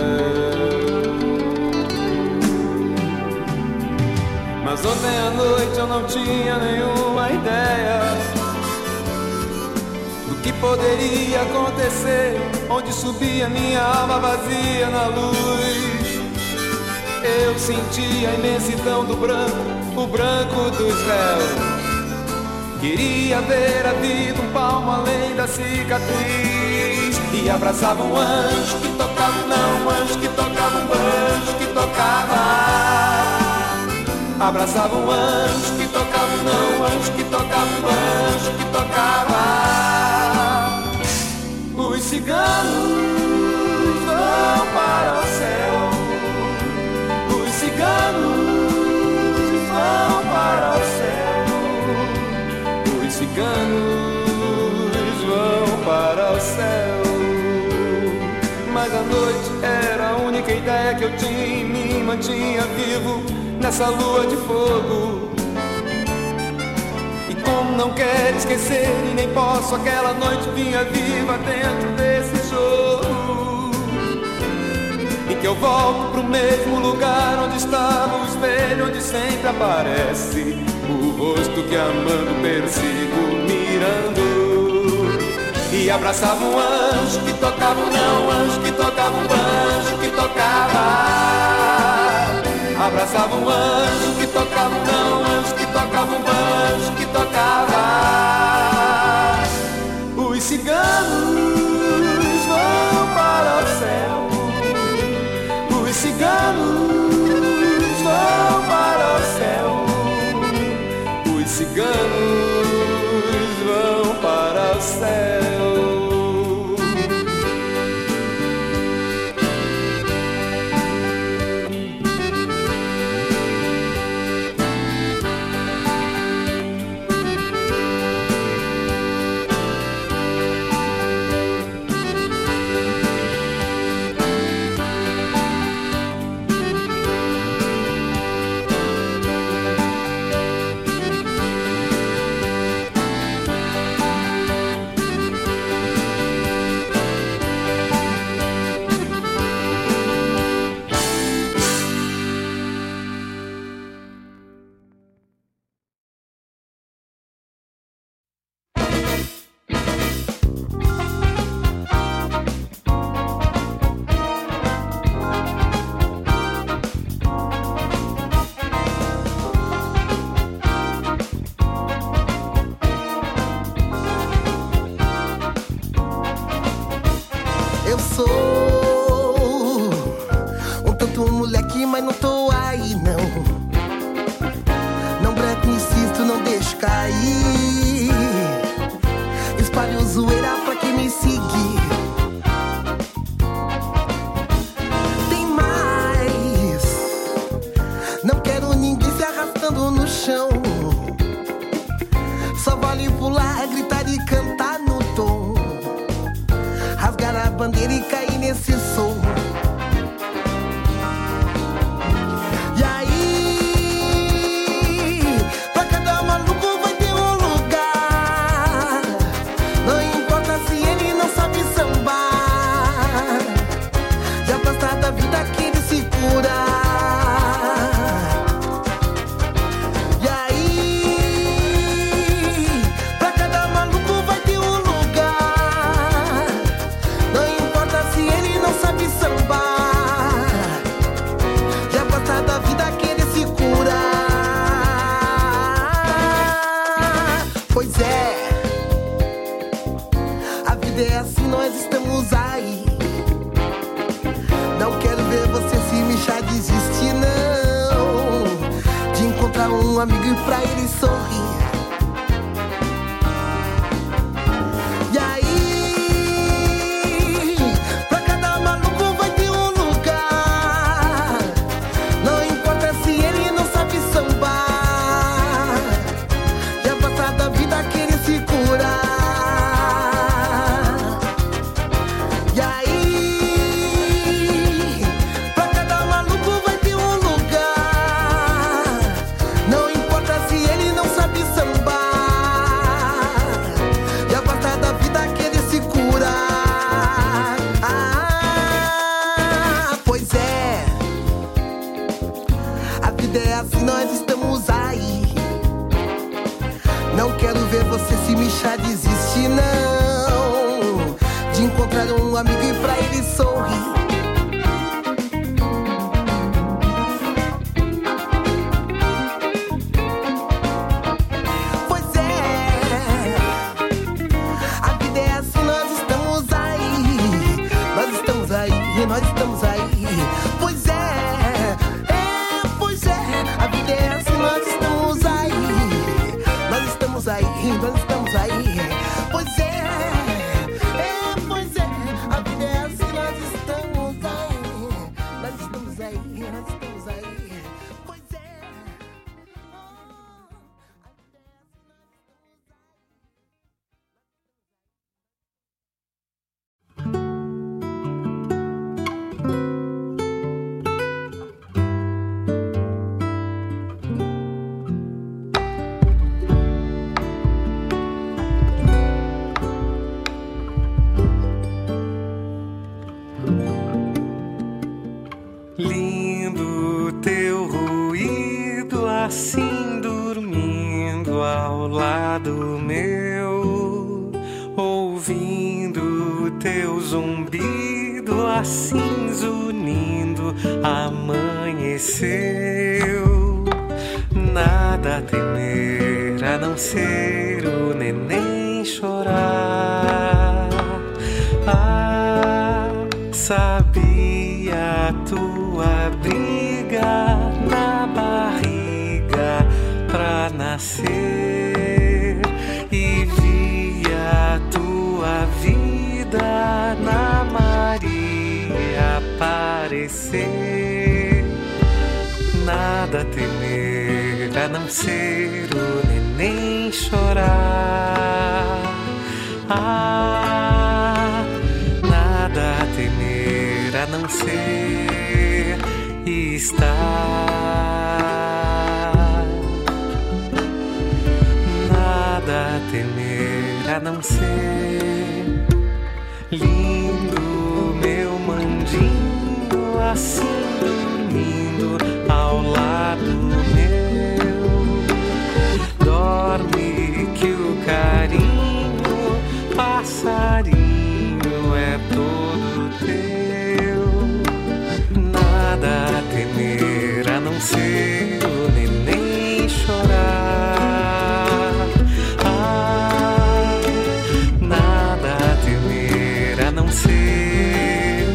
Mas ontem à noite eu não tinha nenhuma ideia do que poderia acontecer, onde subia minha alma vazia na luz. Eu sentia a imensidão do branco, o branco dos réus. Queria ver a vida um palmo além da cicatriz. E abraçava um anjo que tocava, não, um anjo que tocava, um anjo que tocava. Abraçava um anjo que tocava, não, um anjo que tocava, um anjo que tocava. Os ciganos vão para o céu. Os ciganos vão para o céu. Os ciganos vão para o céu. Mas a noite era a única ideia que eu tinha e me mantinha vivo nessa lua de fogo. E como não quero esquecer e nem posso, aquela noite vinha viva dentro desse jogo. Em que eu volto pro mesmo lugar onde estava o espelho, onde sempre aparece o rosto que amando persigo mirando. E abraçava um anjo que tocava, não, um anjo que tocava, um anjo que tocava. Abraçava um anjo que tocava, não, um anjo que tocava, um anjo que tocava. Os ciganos vão para o céu. Os ciganos vão para o céu. Os ciganos vão para o céu. encontrar um amigo e pra ele sorrir. E aí, pra cada maluco vai ter um lugar. Não importa se ele não sabe sambar, já passa da vida querer se curar. E aí, pra cada maluco vai ter um lugar. Não importa se ele não sabe sambar, já passa da vida querer se curar. Ah, pois é, a vida é assim, nós estamos aí. Não quero ver você se mexer, desistir não, de encontrar um amigo e pra ele sorrir. Pois é, a vida é assim, nós estamos aí. Nós estamos aí, nós estamos aí. Pois é, é, pois é, a vida é assim, nós estamos aí. Nós estamos aí, nós estamos aí. Pois é, é, pois é, a vida é assim, nós estamos aí. Nós estamos aí, nós estamos aí. Pois é. Lindo teu ruído, assim dormindo ao lado meu, ouvindo teu zumbido, assim zunindo, amanheceu. Nada a temer a não ser o neném chorar. Ah, sabia tua briga na barriga pra nascer e via tua vida na Maria aparecer. Nada a temer a não ser o neném chorar. Ah, nada a temer a não ser estar. Nada a temer a não ser lindo meu mandinho, assim dormindo ao lado meu. Dorme que o carinho, passarinho, é todo teu. Nada a temer a não ser o neném chorar. Ah, nada a temer a não ser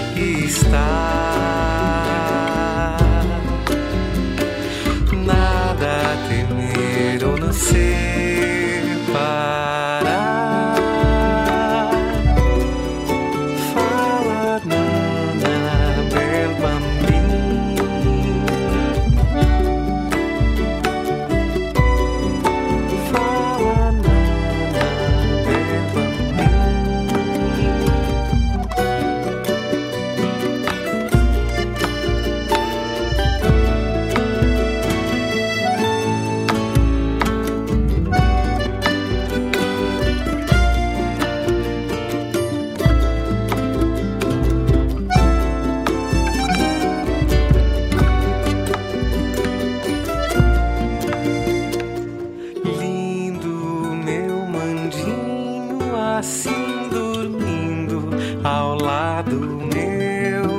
estar. Nada a temer ou não separar. Fala nana bel bambino. Fala nana bel lindo meu mandinho, assim dormindo ao lado meu.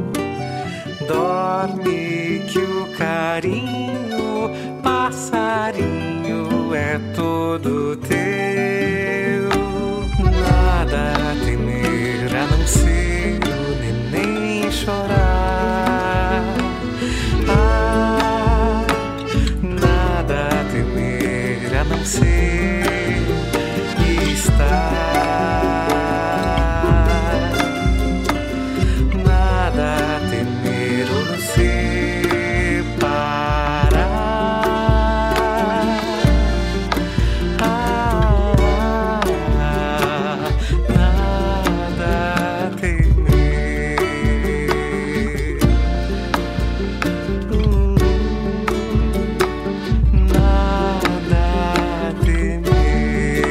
Dorme que o carinho, passarinho, é todo teu. Nada a temer a não ser o neném chorar. Ah, nada você está. Nada a temer ou nos separar. Ah, nada a temer. Hum, nada a temer.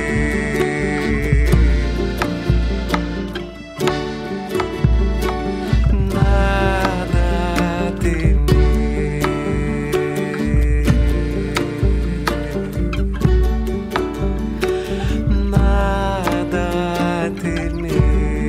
Nada a temer. Nada a temer.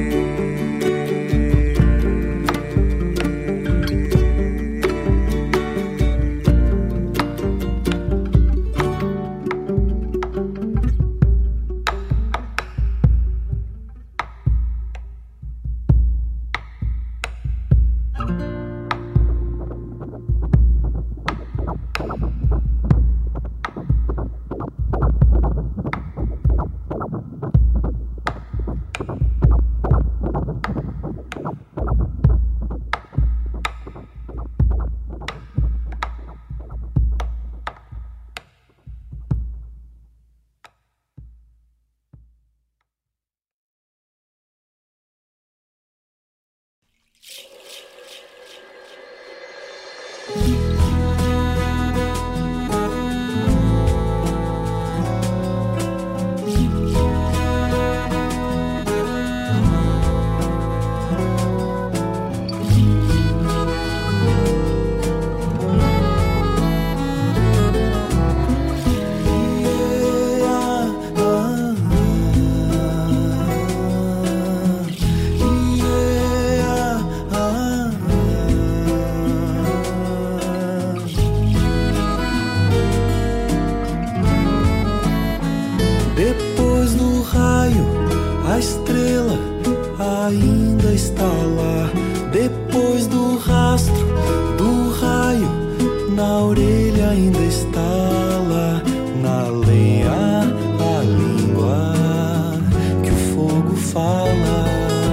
Depois do raio, a estrela ainda está lá. Depois do rastro do raio, na orelha ainda está lá. Na lenha, a língua que o fogo fala.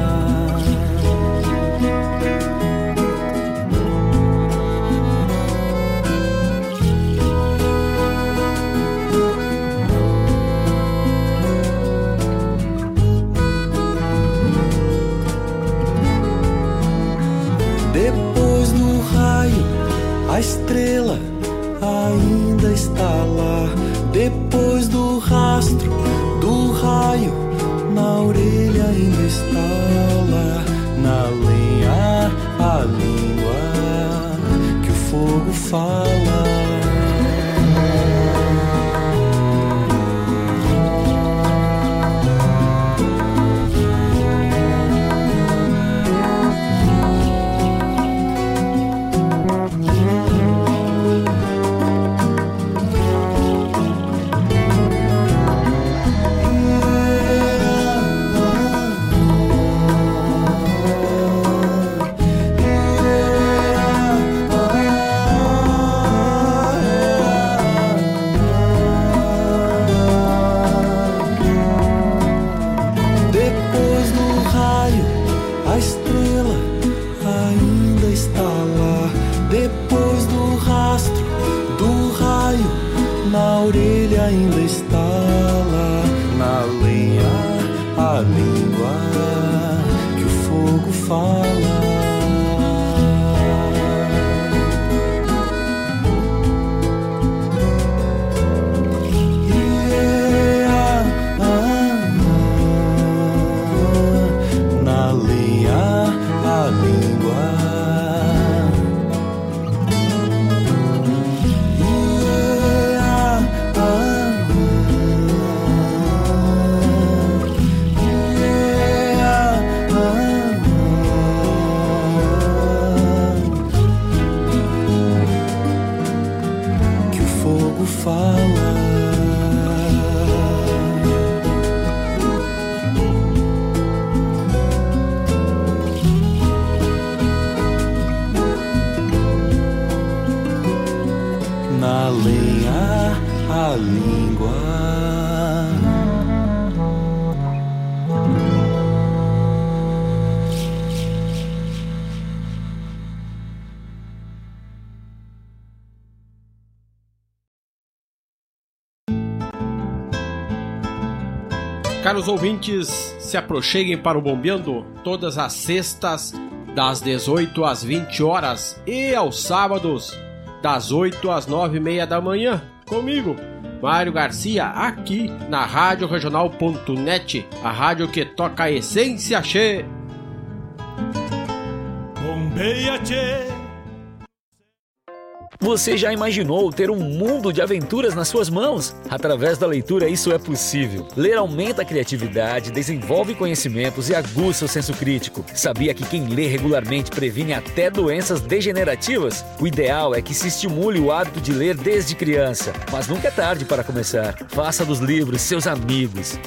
Depois do raio, a estrela ainda está lá. Depois do rastro do raio, na orelha ainda está lá. Na lenha, a língua que o fogo fala. Depois do raio, a estrela ainda está lá. Depois do rastro do raio, na orelha ainda está lá. Na lenha, a língua que o fogo fala. Na lenha, a língua. Que o fogo fala. Na lenha, a língua. Caros ouvintes, se aproxeguem para o Bombeando todas as sextas, das dezoito às vinte horas e aos sábados, das oito às nove e meia da manhã, comigo, Mário Garcia, aqui na rádio regional ponto net, a rádio que toca a essência, che. Bombeia, che. Você já imaginou ter um mundo de aventuras nas suas mãos? Através da leitura isso é possível. Ler aumenta a criatividade, desenvolve conhecimentos e aguça o senso crítico. Sabia que quem lê regularmente previne até doenças degenerativas? O ideal é que se estimule o hábito de ler desde criança. Mas nunca é tarde para começar. Faça dos livros seus amigos.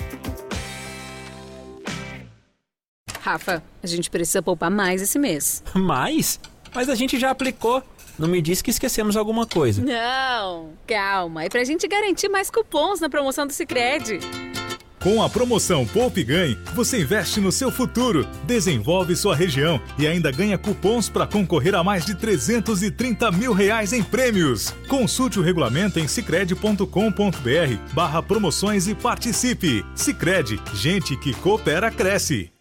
Rafa, a gente precisa poupar mais esse mês. Mais? Mas a gente já aplicou. Não me diz que esquecemos alguma coisa. Não, calma. É pra gente garantir mais cupons na promoção do Sicredi. Com a promoção Poupe e Ganhe, você investe no seu futuro, desenvolve sua região e ainda ganha cupons para concorrer a mais de trezentos e trinta mil reais em prêmios. Consulte o regulamento em sicredi ponto com ponto br barra promoções e participe. Sicredi, gente que coopera cresce.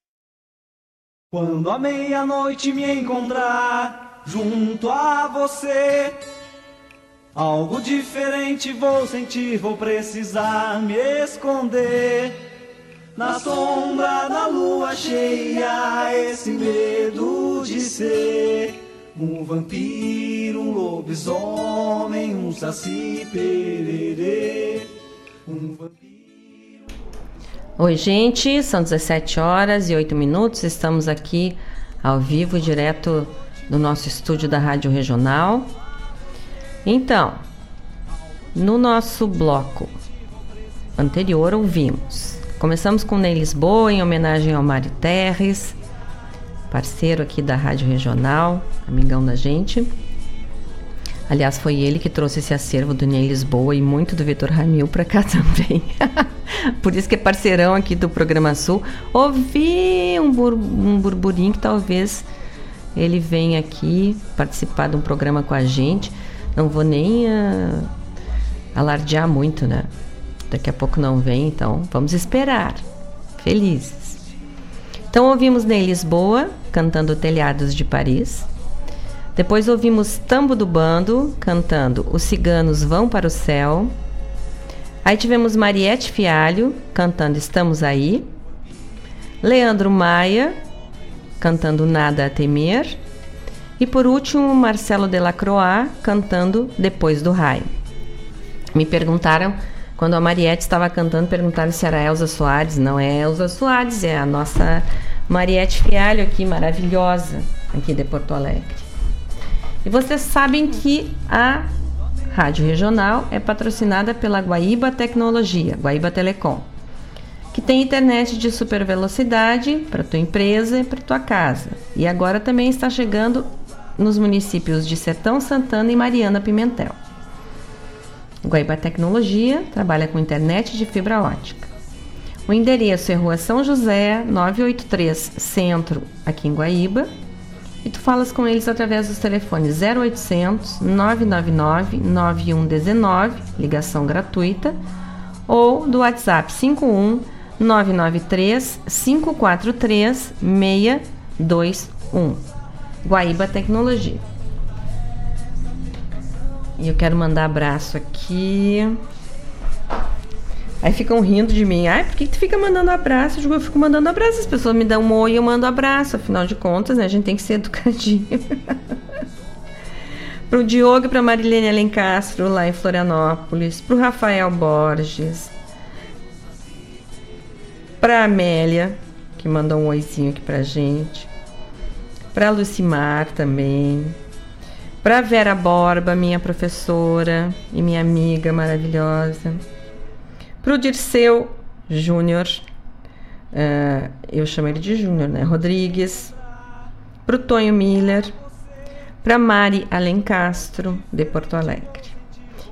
Quando à meia-noite me encontrar junto a você, algo diferente vou sentir, vou precisar me esconder na sombra da lua cheia. Esse medo de ser um vampiro, um lobisomem, um saci pererê, um vampiro. Oi, gente, são dezessete horas e oito minutos, estamos aqui ao vivo, direto no nosso estúdio da Rádio Regional. Então, no nosso bloco anterior ouvimos, começamos com Ney Lisboa, em homenagem ao Mário Terres, parceiro aqui da Rádio Regional, amigão da gente. Aliás, foi ele que trouxe esse acervo do Ney Lisboa e muito do Vitor Ramil para cá também. Por isso que é parceirão aqui do Programa Sul. Ouvi um, bur- um burburinho que talvez ele venha aqui participar de um programa com a gente. Não vou nem uh, alardear muito, né? Daqui a pouco não vem, então vamos esperar. Felizes. Então ouvimos Ney Lisboa cantando Telhados de Paris. Depois ouvimos Tambo do Bando cantando Os Ciganos Vão para o Céu. Aí tivemos Mariette Fialho cantando Estamos Aí. Leandro Maia cantando Nada a Temer. E por último, Marcelo Delacroix cantando Depois do Raio. Me perguntaram, quando a Mariette estava cantando, perguntaram se era Elza Soares. Não é Elza Soares, é a nossa Mariette Fialho aqui, maravilhosa, aqui de Porto Alegre. E vocês sabem que a Rádio Regional é patrocinada pela Guaíba Tecnologia, Guaíba Telecom, que tem internet de super velocidade para tua empresa e para tua casa. E agora também está chegando nos municípios de Sertão Santana e Mariana Pimentel. Guaíba Tecnologia trabalha com internet de fibra ótica. O endereço é Rua São José, novecentos e oitenta e três, Centro, aqui em Guaíba. E tu falas com eles através dos telefones zero oitocentos, nove nove nove, nove um um nove, ligação gratuita, ou do WhatsApp cinco um nove nove três, cinco quatro três, seis dois um. Guaíba Tecnologia. E eu quero mandar abraço aqui. Aí ficam rindo de mim. Ai, por que tu fica mandando abraço? Eu digo, eu fico mandando abraço. As pessoas me dão um oi e eu mando abraço. Afinal de contas, né? A gente tem que ser educadinho. Pro Diogo e pra Marilene Alencastro, lá em Florianópolis. Pro Rafael Borges. Pra Amélia, que mandou um oizinho aqui pra gente. Pra Lucimar também. Pra Vera Borba, minha professora e minha amiga maravilhosa. Pro Dirceu Júnior, uh, eu chamo ele de Júnior, né? Rodrigues. Pro Tonho Miller. Pra Mari Alencastro, de Porto Alegre.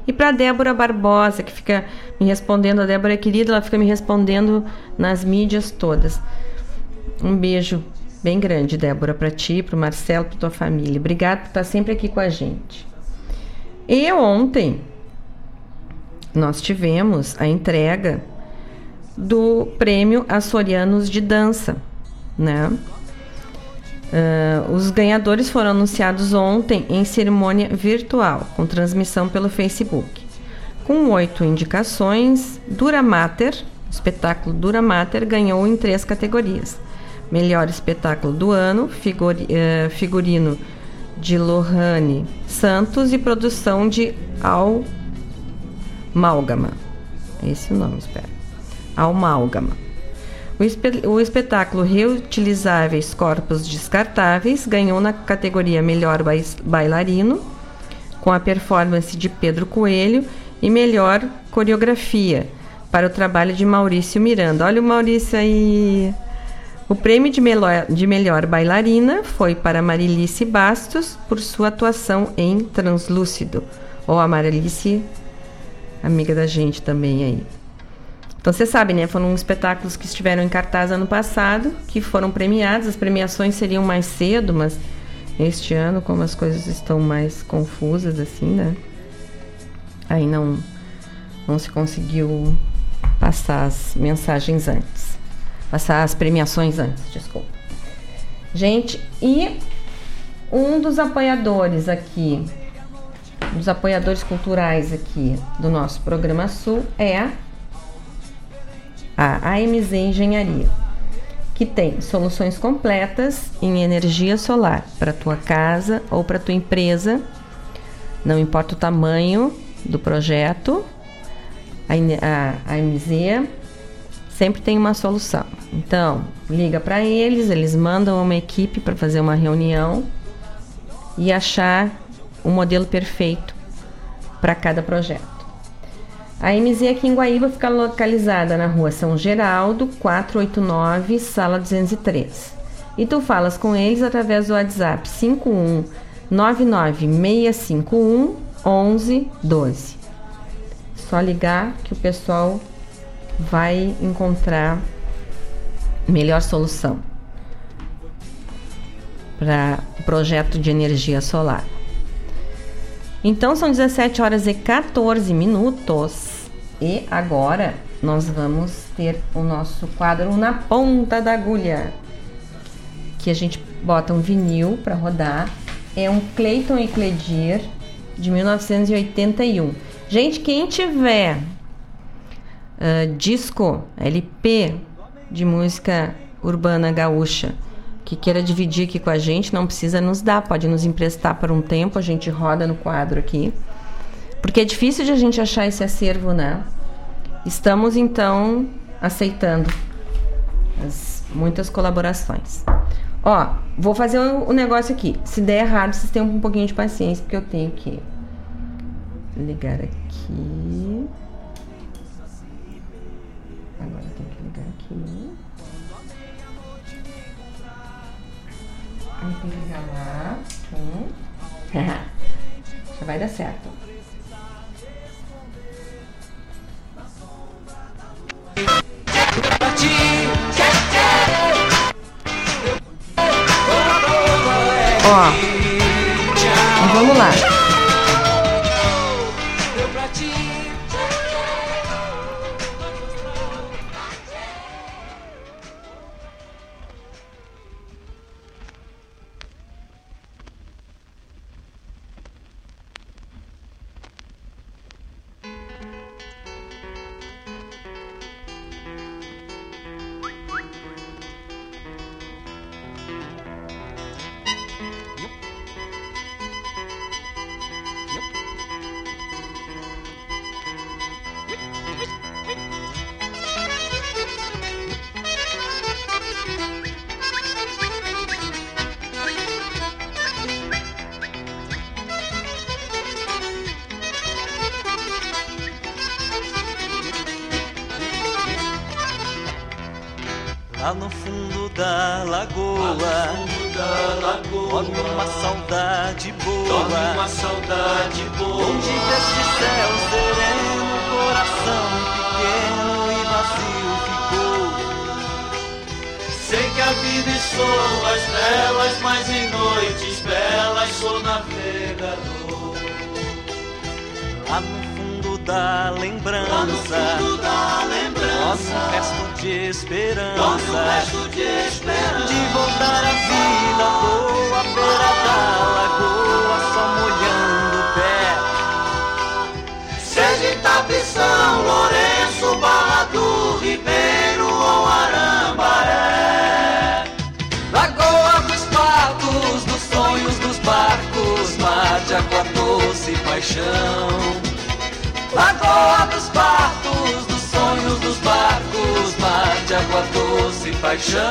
E para Débora Barbosa, que fica me respondendo, a Débora é querida, ela fica me respondendo nas mídias todas. Um beijo bem grande, Débora, para ti, para o Marcelo, para tua família. Obrigada por estar sempre aqui com a gente. E ontem nós tivemos a entrega do Prêmio Açorianos de Dança, né? Uh, os ganhadores foram anunciados ontem em cerimônia virtual, com transmissão pelo Facebook. Com oito indicações, Dura Mater, o espetáculo Dura Mater, ganhou em três categorias. Melhor espetáculo do ano, figuri, uh, figurino de Lohane Santos e produção de Almálgama. Esse é o nome, espero. Almálgama. O, espe- o espetáculo Reutilizáveis Corpos Descartáveis ganhou na categoria Melhor ba- Bailarino, com a performance de Pedro Coelho, e Melhor Coreografia, para o trabalho de Maurício Miranda. Olha o Maurício aí! O prêmio de melhor, de melhor bailarina foi para Marilice Bastos, por sua atuação em Translúcido. Ou a Marilice, amiga da gente também aí. Então você sabe, né? Foram espetáculos que estiveram em cartaz ano passado, que foram premiados. As premiações seriam mais cedo, mas este ano, como as coisas estão mais confusas, assim, né? Aí não, não se conseguiu passar as mensagens antes. Passar as premiações antes, desculpa. Gente, e um dos apoiadores aqui, dos apoiadores culturais aqui do nosso Programa Sul é a A M Z Engenharia, que tem soluções completas em energia solar para tua casa ou para tua empresa, não importa o tamanho do projeto, a, a, a A M Z sempre tem uma solução. Então, liga para eles, eles mandam uma equipe para fazer uma reunião e achar o modelo perfeito para cada projeto. A M Z aqui em Guaíba fica localizada na rua São Geraldo, quatrocentos e oitenta e nove, sala duzentos e três. E tu falas com eles através do WhatsApp cinco um nove nove seis cinco um um um um dois. Só ligar que o pessoal vai encontrar melhor solução para o projeto de energia solar. Então são dezessete horas e quatorze minutos e agora nós vamos ter o nosso quadro Na Ponta da Agulha, que a gente bota um vinil para rodar. É um Cleiton e Cledir de mil novecentos e oitenta e um. Gente, quem tiver uh, disco, L P de música urbana gaúcha que queira dividir aqui com a gente, não precisa nos dar, pode nos emprestar por um tempo, a gente roda no quadro aqui, porque é difícil de a gente achar esse acervo, né? Estamos então aceitando as muitas colaborações. Ó, vou fazer o um negócio aqui, se der errado vocês tenham um pouquinho de paciência, porque eu tenho que ligar aqui, agora eu tenho que ligar aqui. Aí tem que ligar lá. Hum. Já vai dar certo. Ó, então vamos lá. Lá no fundo da lagoa, lá no fundo da lagoa, dorme uma saudade boa, dorme uma saudade boa. Onde desse céu sereno, coração pequeno e vazio ficou. Sei que a vida e sou as belas, mas em noites belas sou navegador. Lá no fundo da lembrança, lá no fundo da lembrança, dorme um resto de esperança, dorme um resto de esperança, de voltar à vida boa, à beira da lagoa, só molhando o pé. Seja Itapi, São Lourenço, Barra do Ribeiro ou Arambaré. Lagoa dos patos, dos sonhos dos barcos, mar de água doce e paixão. Lagoa dos patos, dos sonhos dos barcos, mar de água doce e paixão.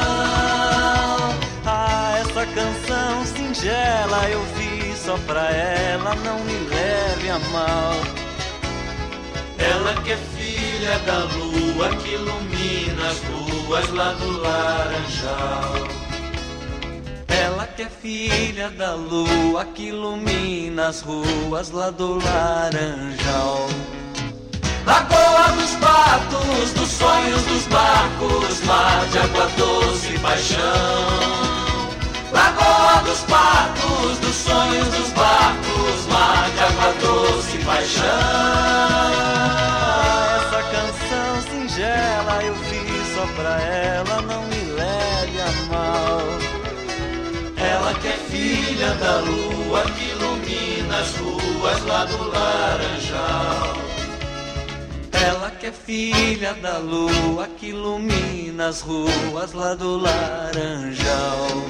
Ah, essa canção singela eu fiz só pra ela, não me leve a mal. Ela que é filha da lua que ilumina as ruas lá do Laranjal. Ela que é filha da lua que ilumina as ruas lá do Laranjal. Lagoa dos patos, dos sonhos dos barcos, mar de água doce e paixão. Lagoa dos patos, dos sonhos dos barcos, mar de água doce e paixão. Essa canção singela eu fiz só pra ela, não me leve a mal. Ela que é filha da lua que ilumina as ruas lá do Laranjal. Ela que é filha da lua que ilumina as ruas lá do Laranjal.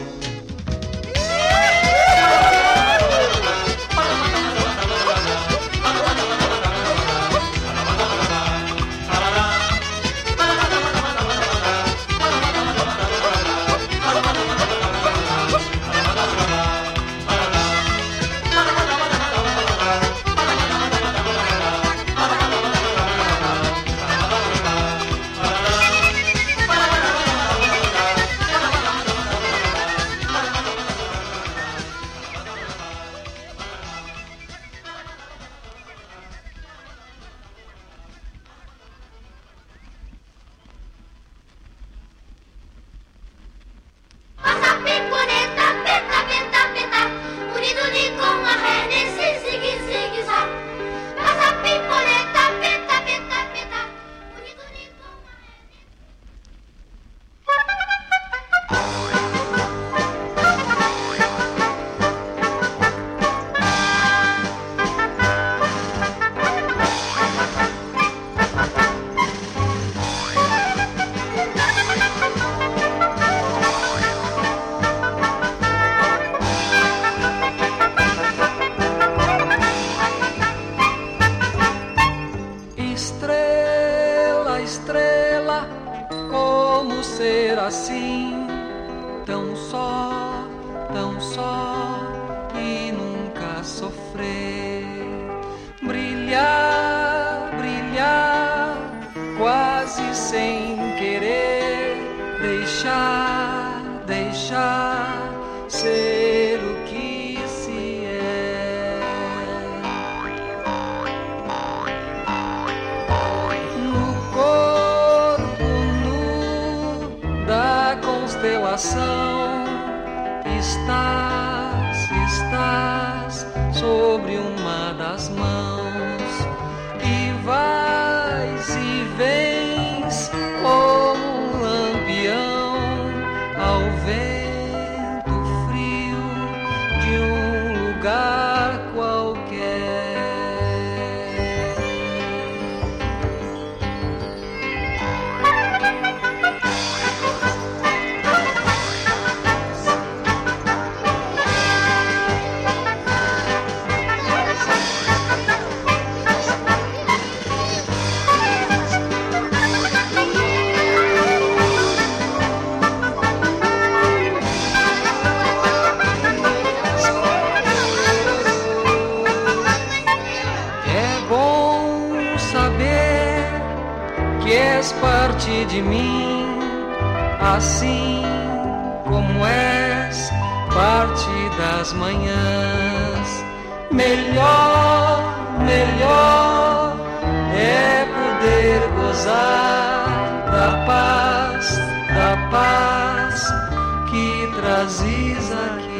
de mim, assim como és, parte das manhãs. Melhor, melhor é poder gozar da paz, da paz que trazes aqui.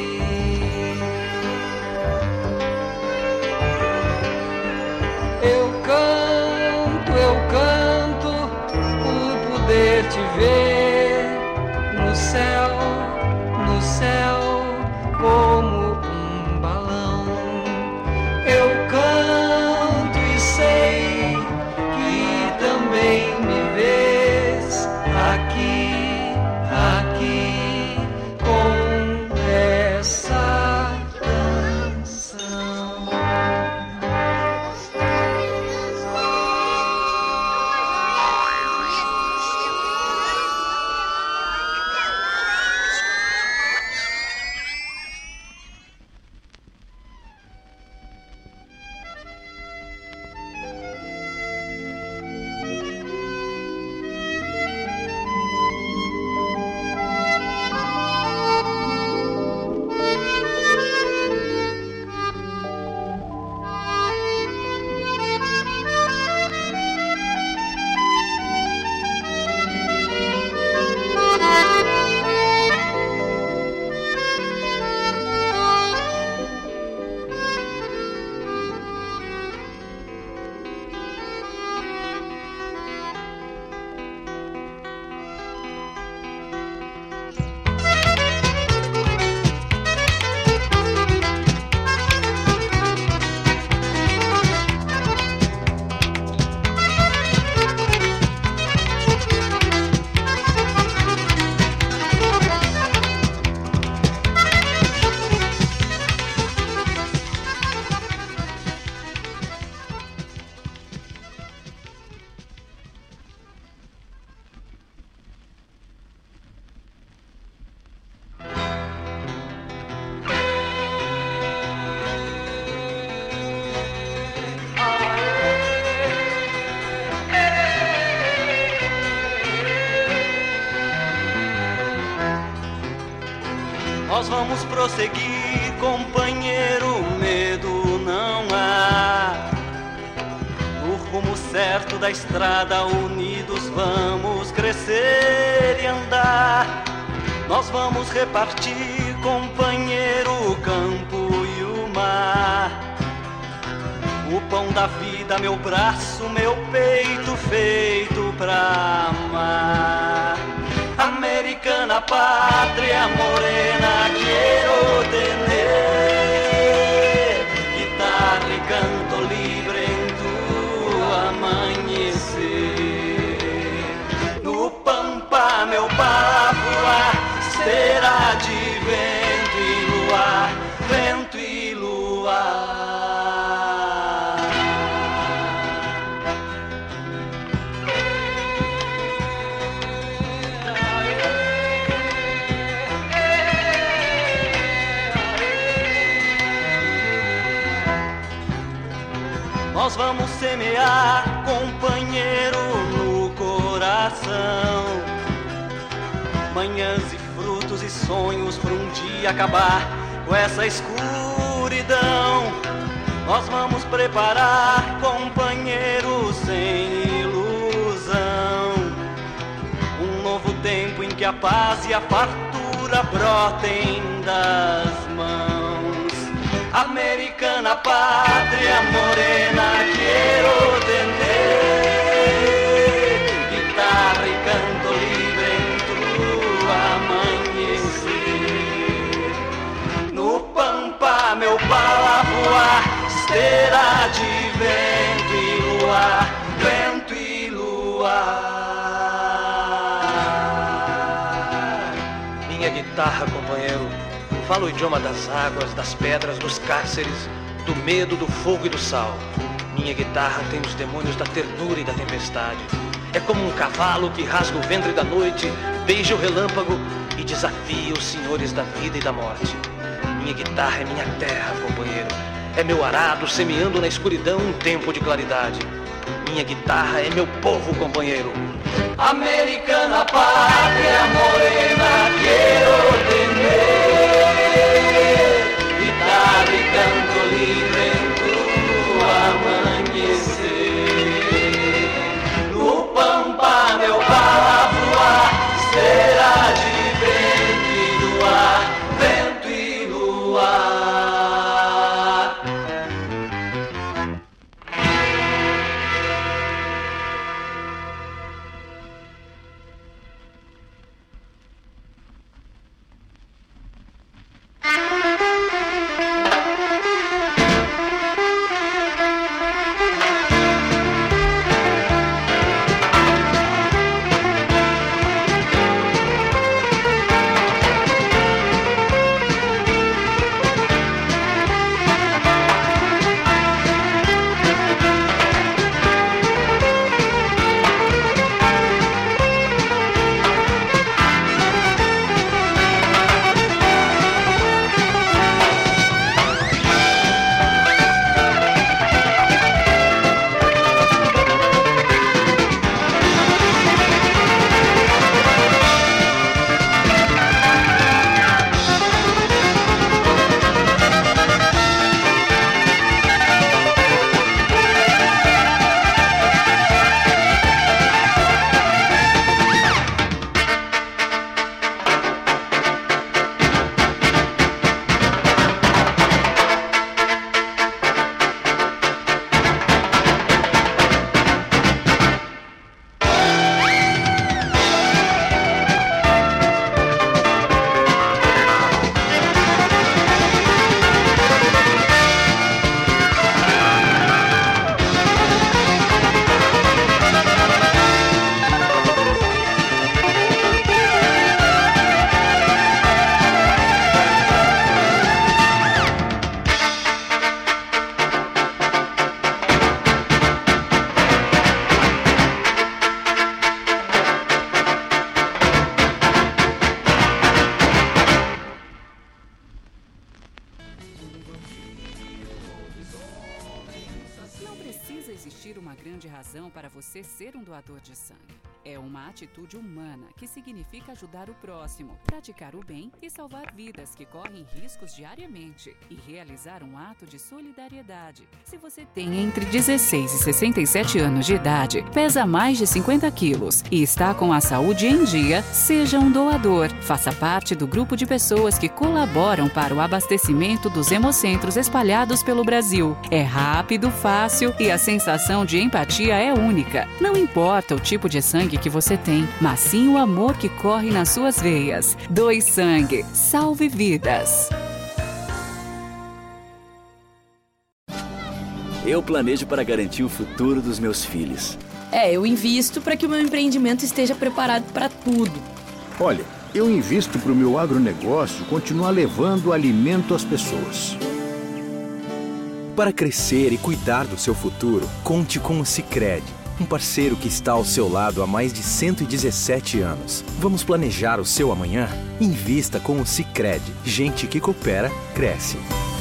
Eu canto, eu canto por poder te ver no céu, no céu, como um balão. Eu canto e sei que também me vês aqui, aqui, com essa canção. Nós vamos prosseguir, companheiro, medo não há. No rumo certo da estrada, unidos vamos crescer e andar. Nós vamos repartir, companheiro, o campo e o mar. O pão da vida, meu braço, meu peito, feito pra amar. Americana pátria morena, quiero tener guitarra y canto libre en tu amanhecer. No pampa, meu pavoa, será de vento e luar, vento e luar. Nós vamos semear, companheiro, no coração, manhãs e frutos e sonhos para um dia acabar com essa escuridão. Nós vamos preparar, companheiro, sem ilusão, um novo tempo em que a paz e a fartura brotem das mãos. Americana pátria morena, quiero tener guitarra y canto libre en tu amanhecer. No pampa, meu pavoa, esteira de vento e luar, vento e luar. Minha guitarra, companheiro, fala o idioma das águas, das pedras, dos cárceres, do medo, do fogo e do sal. Minha guitarra tem os demônios da ternura e da tempestade. É como um cavalo que rasga o ventre da noite, beija o relâmpago e desafia os senhores da vida e da morte. Minha guitarra é minha terra, companheiro. É meu arado semeando na escuridão um tempo de claridade. minha guitarra é meu povo companheiro. Americana pátria morena, quiero tener guitarra y canto libre en tu amanecer. No pampa meu pavo será de vento e luar, vento e luar. você ser um doador de sangue. É uma atitude humana que significa ajudar o próximo, praticar o bem e salvar vidas que correm riscos diariamente e realizar um ato de solidariedade. Se você tem entre dezesseis e sessenta e sete anos de idade, pesa mais de cinquenta quilos e está com a saúde em dia, seja um doador. Faça parte do grupo de pessoas que colaboram para o abastecimento dos hemocentros espalhados pelo Brasil. É rápido, fácil e a sensação de empatia é única. Não importa o tipo de sangue que você tem, mas sim o amor que corre nas suas veias. Doe sangue, salve vidas. Eu planejo para garantir o futuro dos meus filhos. É, eu invisto para que o meu empreendimento esteja preparado para tudo. Olha, eu invisto para o meu agronegócio continuar levando alimento às pessoas. Para crescer e cuidar do seu futuro, conte com o Sicredi, um parceiro que está ao seu lado há mais de cento e dezessete anos. Vamos planejar o seu amanhã? Invista com o Sicredi. Gente que coopera, cresce.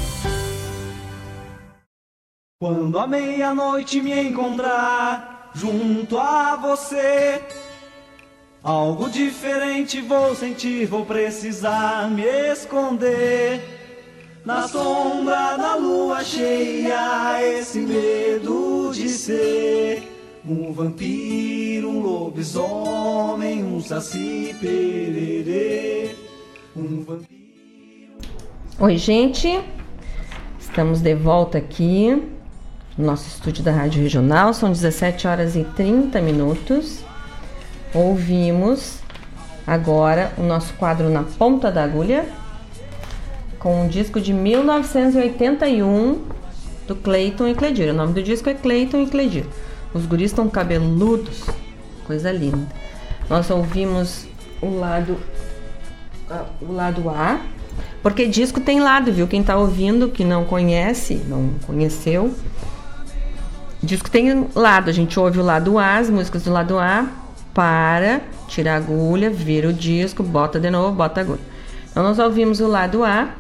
Quando à meia-noite me encontrar junto a você, algo diferente vou sentir, vou precisar me esconder. Na sombra da lua cheia, esse medo de ser um vampiro, um lobisomem, um saci pererê, um vampiro... Oi, gente, estamos de volta aqui no nosso estúdio da Rádio Regional, são dezessete horas e trinta minutos. Ouvimos agora o nosso quadro Na Ponta da Agulha, com um disco de mil novecentos e oitenta e um do Cleiton e Cledir. O nome do disco é Cleiton e Cledir. Os guris estão cabeludos, coisa linda. Nós ouvimos o lado, o lado A, porque disco tem lado, viu? Quem tá ouvindo, que não conhece, não conheceu, disco tem lado. A gente ouve o lado A, as músicas do lado A, para, tira a agulha, vira o disco, bota de novo, bota a agulha. Então nós ouvimos o lado A,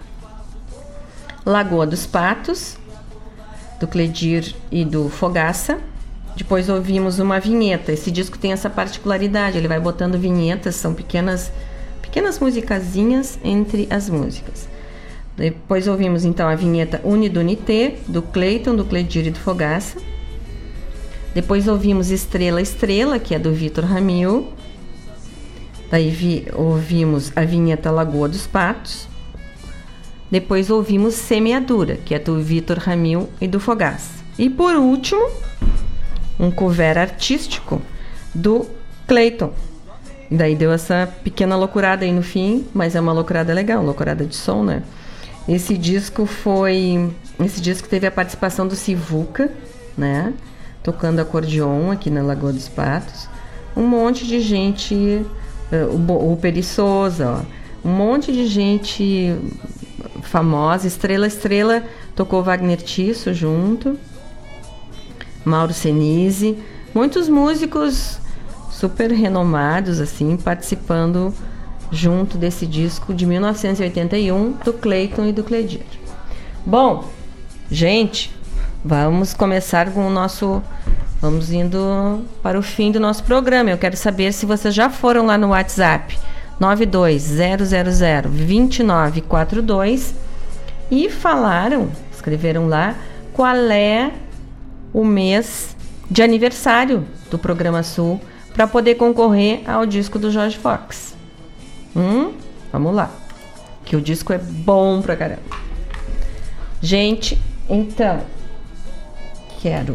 Lagoa dos Patos, do Cledir e do Fogaça, Depois ouvimos uma vinheta. Esse disco tem essa particularidade, ele vai botando vinhetas, são pequenas, pequenas musicazinhas entre as músicas. Depois ouvimos então a vinheta Unidunité, do Cleiton, do Cledir e do Fogaça. Depois ouvimos Estrela Estrela, que é do Vitor Ramil. Daí vi, ouvimos a vinheta Lagoa dos Patos. Depois ouvimos Semeadura, que é do Vitor Ramil e do Fogaça. E por último, um cover artístico do Cleiton. Daí deu essa pequena loucurada aí no fim, mas é uma loucurada legal, loucurada de som, né? Esse disco foi... Esse disco teve a participação do Sivuca, né? Tocando acordeon aqui na Lagoa dos Patos. Um monte de gente... O, o Peri Souza, ó. Um monte de gente famosa. Estrela Estrela tocou Wagner Tiso junto. Mauro Senise. Muitos músicos super renomados, assim, participando junto desse disco de mil novecentos e oitenta e um do Cleiton e do Cledir. Bom, gente, vamos começar com o nosso... Vamos indo para o fim do nosso programa. Eu quero saber se vocês já foram lá no WhatsApp nove dois zero zero zero dois nove quatro dois e falaram, escreveram lá, qual é o mês de aniversário do Programa Sul para poder concorrer ao disco do Jorge Fox. Hum? Vamos lá, que o disco é bom pra caramba. Gente, então, quero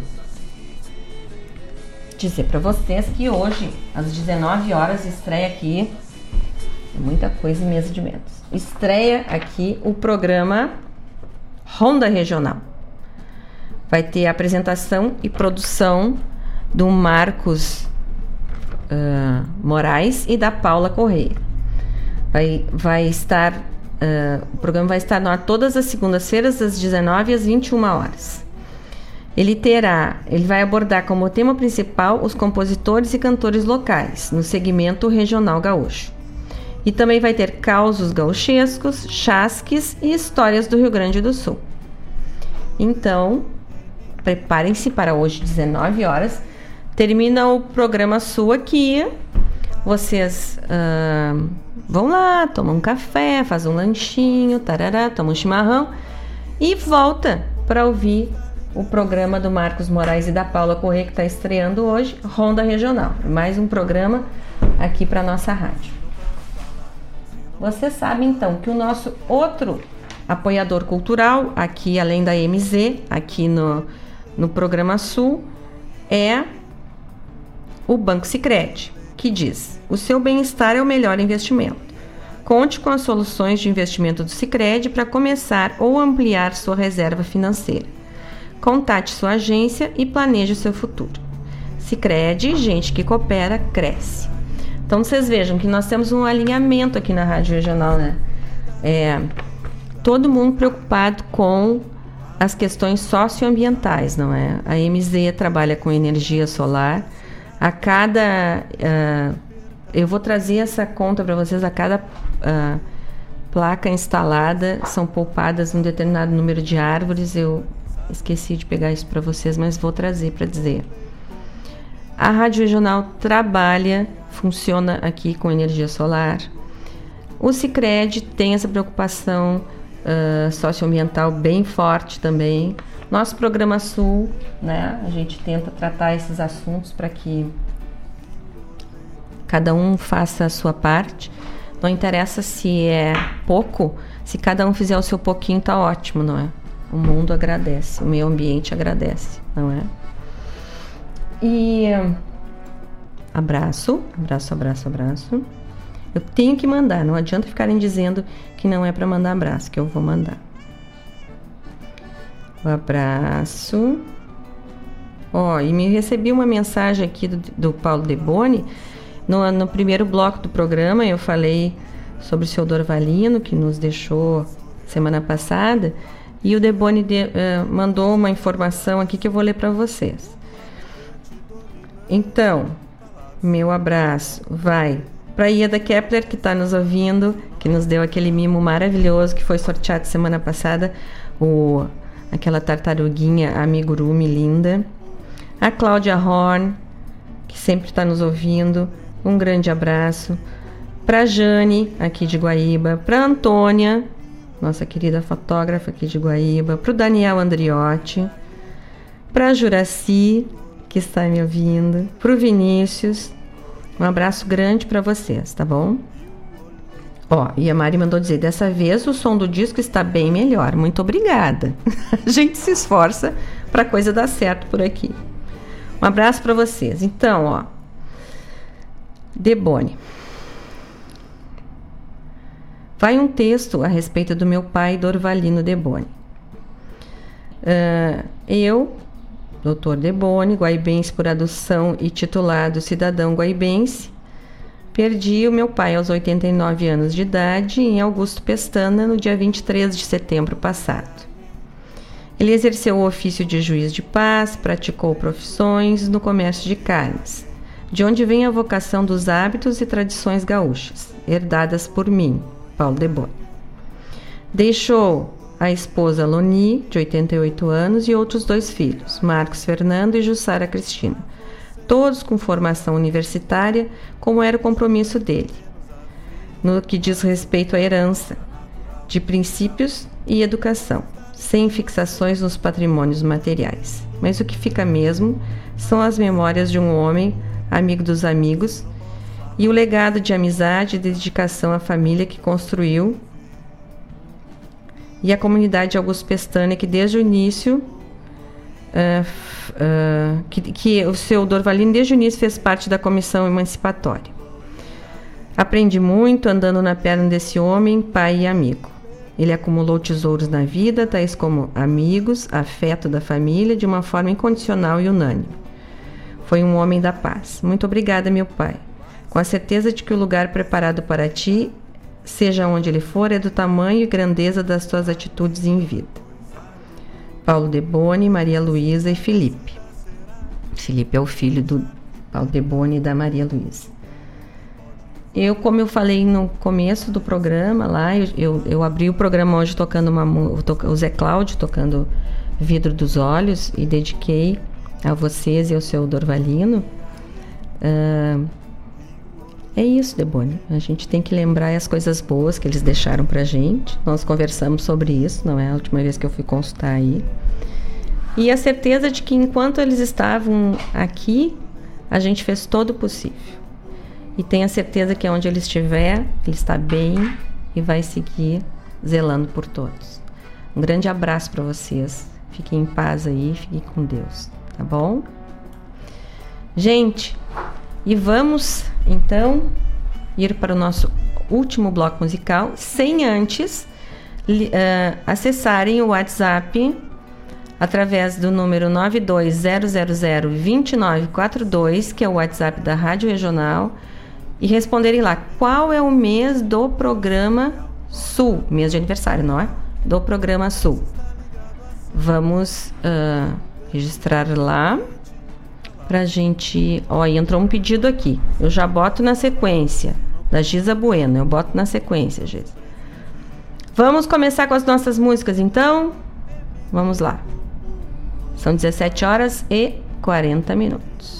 dizer para vocês que hoje, às dezenove horas, estreia aqui, muita coisa em mesa de ventos, estreia aqui o programa Ronda Regional. Vai ter a apresentação e produção do Marcos uh, Moraes e da Paula Correia. Vai, vai estar, uh, o programa vai estar no ar todas as segundas-feiras, das dezenove às vinte e uma horas. Ele terá, ele vai abordar como tema principal os compositores e cantores locais, no segmento regional gaúcho. E também vai ter causos gauchescos, chasques e histórias do Rio Grande do Sul. Então, preparem-se para hoje, dezenove horas. Termina o programa Sul aqui. Vocês uh, vão lá, tomam um café, fazem um lanchinho, tarará, tomam um chimarrão e volta para ouvir o programa do Marcos Moraes e da Paula Corrêa, que está estreando hoje, Ronda Regional. Mais um programa aqui para nossa rádio. Você sabe, então, que o nosso outro apoiador cultural, aqui além da M Z, aqui no, no Programa Sul, é o Banco Sicredi, que diz: o seu bem-estar é o melhor investimento. Conte com as soluções de investimento do Sicredi para começar ou ampliar sua reserva financeira. Contate sua agência e planeje o seu futuro. Sicredi, gente que coopera, cresce. Então, vocês vejam que nós temos um alinhamento aqui na Rádio Regional, né? É, todo mundo preocupado com as questões socioambientais, não é? A M Z trabalha com energia solar. A cada... Uh, eu vou trazer essa conta para vocês. A cada uh, placa instalada são poupadas um determinado número de árvores. Eu... esqueci de pegar isso para vocês, mas vou trazer para dizer. A Rádio Regional trabalha, funciona aqui com energia solar. O Sicredi tem essa preocupação uh, socioambiental bem forte também. Nosso Programa Sul, né, a gente tenta tratar esses assuntos para que cada um faça a sua parte. Não interessa se é pouco, se cada um fizer o seu pouquinho, tá ótimo, não é? O mundo agradece, o meio ambiente agradece, não é? E abraço, abraço, abraço, abraço. Eu tenho que mandar, não adianta ficarem dizendo que não é para mandar abraço, que eu vou mandar. Um abraço. Ó, oh, e me recebi uma mensagem aqui do, do Paulo Deboni. No, no primeiro bloco do programa eu falei sobre o seu Dorvalino, que nos deixou semana passada. E o Deboni de, uh, mandou uma informação aqui que eu vou ler para vocês. Então, meu abraço vai para a Ieda Kepler, que está nos ouvindo, que nos deu aquele mimo maravilhoso que foi sorteado semana passada, o, aquela tartaruguinha amigurumi linda. A Cláudia Horn, que sempre está nos ouvindo, um grande abraço. Para a Jane, aqui de Guaíba. Para a Antônia, nossa querida fotógrafa aqui de Guaíba. Para o Daniel Andriotti. Para a Juraci, que está me ouvindo. Para o Vinícius. Um abraço grande para vocês, tá bom? Ó, e a Mari mandou dizer, dessa vez o som do disco está bem melhor. Muito obrigada. A gente se esforça para a coisa dar certo por aqui. Um abraço para vocês. Então, ó. Debone. Vai um texto a respeito do meu pai, Dorvalino Debone. Uh, eu, doutor Debone, guaibense por adoção e titulado cidadão guaibense, perdi o meu pai aos oitenta e nove anos de idade em Augusto Pestana, no dia vinte e três de setembro passado. Ele exerceu o ofício de juiz de paz, praticou profissões no comércio de carnes, de onde vem a vocação dos hábitos e tradições gaúchas, herdadas por mim, Paulo Debone. Deixou a esposa Loni, de oitenta e oito anos, e outros dois filhos, Marcos Fernando e Jussara Cristina, todos com formação universitária, como era o compromisso dele, no que diz respeito à herança, de princípios e educação, sem fixações nos patrimônios materiais. Mas o que fica mesmo são as memórias de um homem, amigo dos amigos, e o legado de amizade e dedicação à família que construiu e a comunidade Augusto Pestana, que desde o início, uh, uh, que, que o seu Dorvalino desde o início fez parte da comissão emancipatória. Aprendi muito andando na perna desse homem, pai e amigo. Ele acumulou tesouros na vida, tais como amigos, afeto da família, de uma forma incondicional e unânime. Foi um homem da paz. Muito obrigada, meu pai. Com a certeza de que o lugar preparado para ti, seja onde ele for, é do tamanho e grandeza das tuas atitudes em vida. Paulo Debone, Maria Luísa e Felipe. Felipe é o filho do Paulo Debone e da Maria Luísa. Eu, como eu falei no começo do programa lá, eu, eu, eu abri o programa hoje tocando uma, o Zé Cláudio tocando Vidro dos Olhos e dediquei a vocês e ao seu Dorvalino. Uh, é isso, Debone. A gente tem que lembrar as coisas boas que eles deixaram pra gente. Nós conversamos sobre isso, não é a última vez que eu fui consultar aí. E a certeza de que enquanto eles estavam aqui, a gente fez todo o possível. E tenha certeza que onde ele estiver, ele está bem e vai seguir zelando por todos. Um grande abraço para vocês. Fiquem em paz aí, fiquem com Deus, tá bom? Gente, e vamos então ir para o nosso último bloco musical, sem antes uh, acessarem o WhatsApp através do número nove dois zero zero zero, dois nove quatro dois, que é o WhatsApp da Rádio Regional, e responderem lá qual é o mês do programa Sul, mês de aniversário, não é? Do programa Sul. Vamos uh, registrar lá pra gente... Ó, entrou um pedido aqui. Eu já boto na sequência. Da Giza Bueno. Eu boto na sequência, Giza. Vamos começar com as nossas músicas, então? Vamos lá. São dezessete horas e quarenta minutos.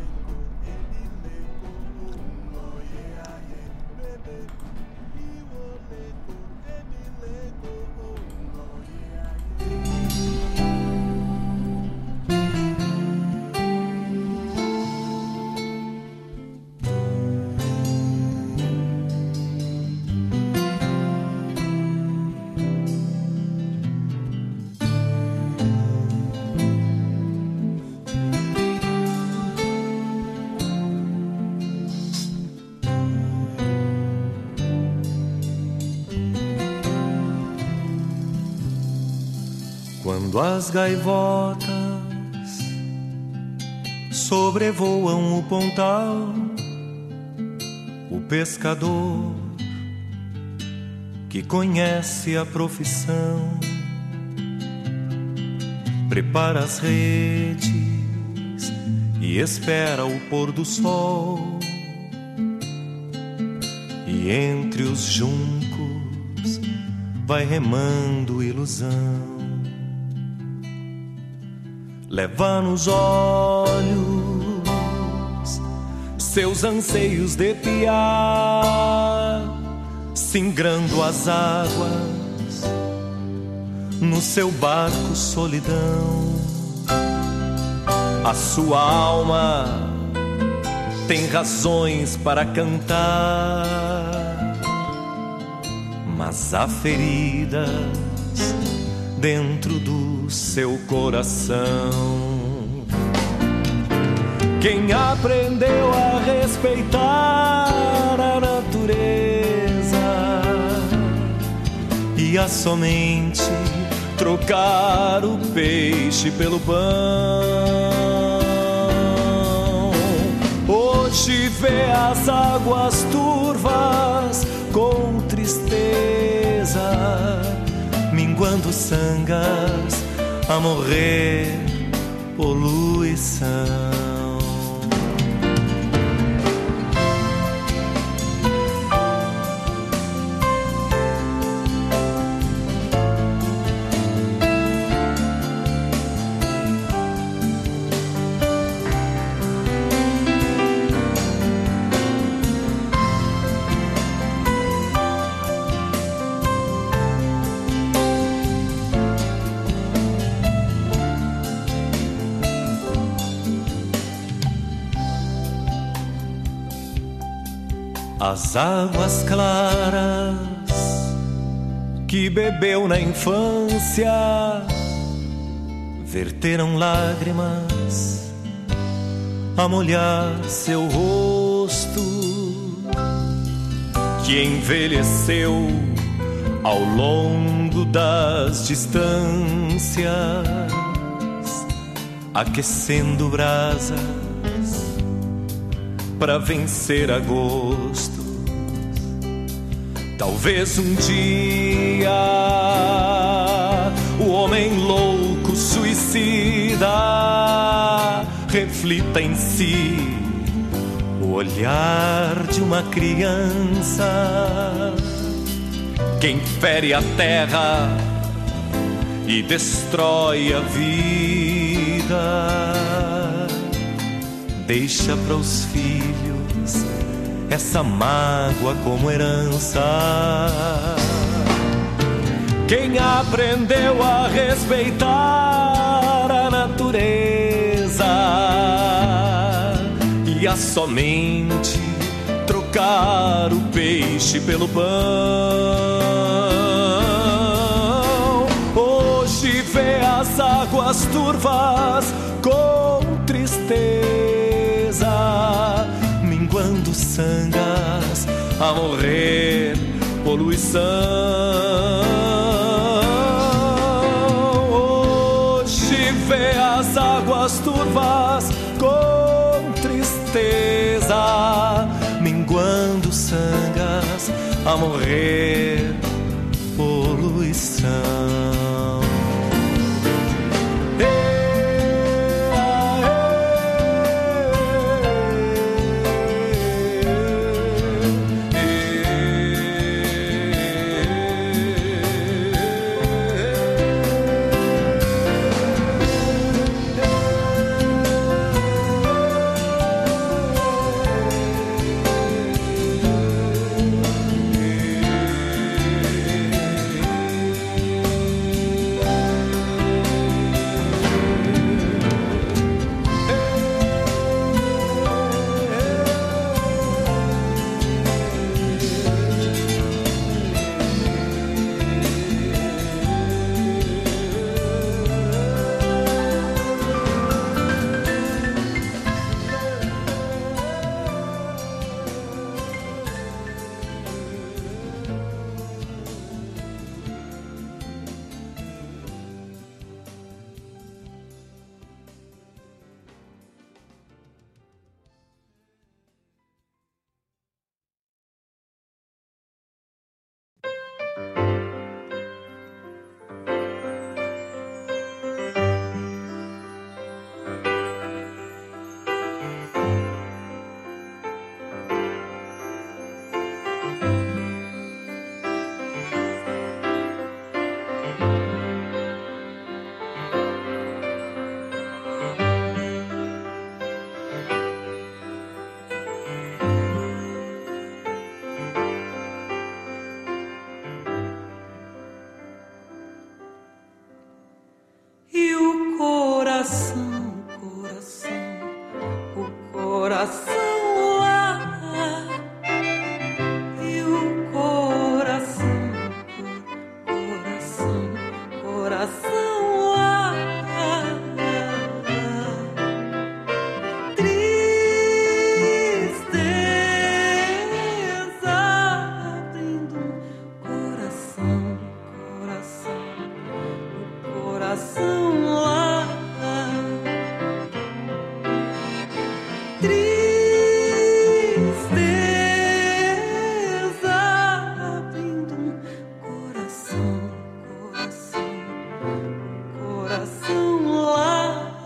Quando as gaivotas sobrevoam o pontal, o pescador que conhece a profissão prepara as redes e espera o pôr do sol, e entre os juncos vai remando ilusão. leva nos olhos seus anseios de piar, singrando as águas no seu barco solidão. A sua alma tem razões para cantar, mas há feridas dentro do seu coração. Quem aprendeu a respeitar a natureza e a somente trocar o peixe pelo pão, hoje vê as águas turvas com tristeza, minguando sangas a morrer poluição. As águas claras que bebeu na infância verteram lágrimas a molhar seu rosto, que envelheceu ao longo das distâncias, aquecendo brasas para vencer agosto. Talvez um dia o homem louco suicida reflita em si o olhar de uma criança. Quem fere a terra e destrói a vida deixa para os filhos essa mágoa como herança. Quem aprendeu a respeitar a natureza e a somente trocar o peixe pelo pão, hoje vê as águas turvas com tristeza, minguando sangas a morrer poluição. Hoje vê as águas turvas com tristeza, minguando sangas a morrer poluição. coração lá. E o coração, coração, coração lá. Tristeza abrindo coração, coração, o coração lá. Tristeza abrindo coração, coração, coração lá.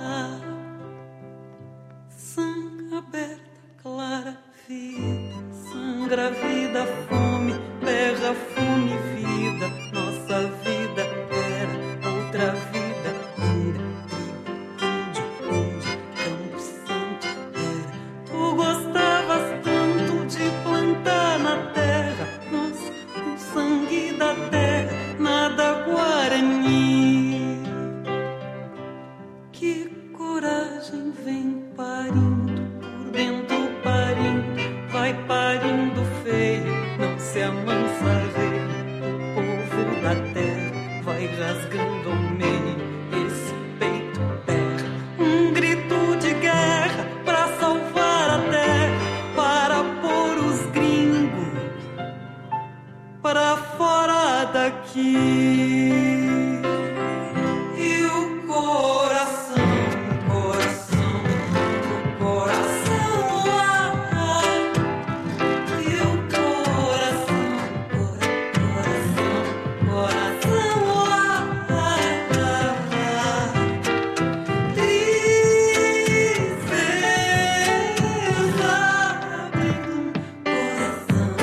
Sangue aberta, clara vida, sangra vida, fome, berra, fome, vida. Nossa vida era outra vida, linda, trigo, índio, campo santo era. Tu gostavas tanto de plantar na terra, nossa, o sangue da terra, nada guarani. Que coragem vem parindo por dentro, parindo, vai parindo feio, não se amansa rei. O povo da terra vai rasgando ao meio esse peito terra. Um grito de guerra pra salvar a terra, para pôr os gringos para fora daqui. E o coração, coração, o coração lá. E o coração, coração, coração lá. Tristeza abrindo coração,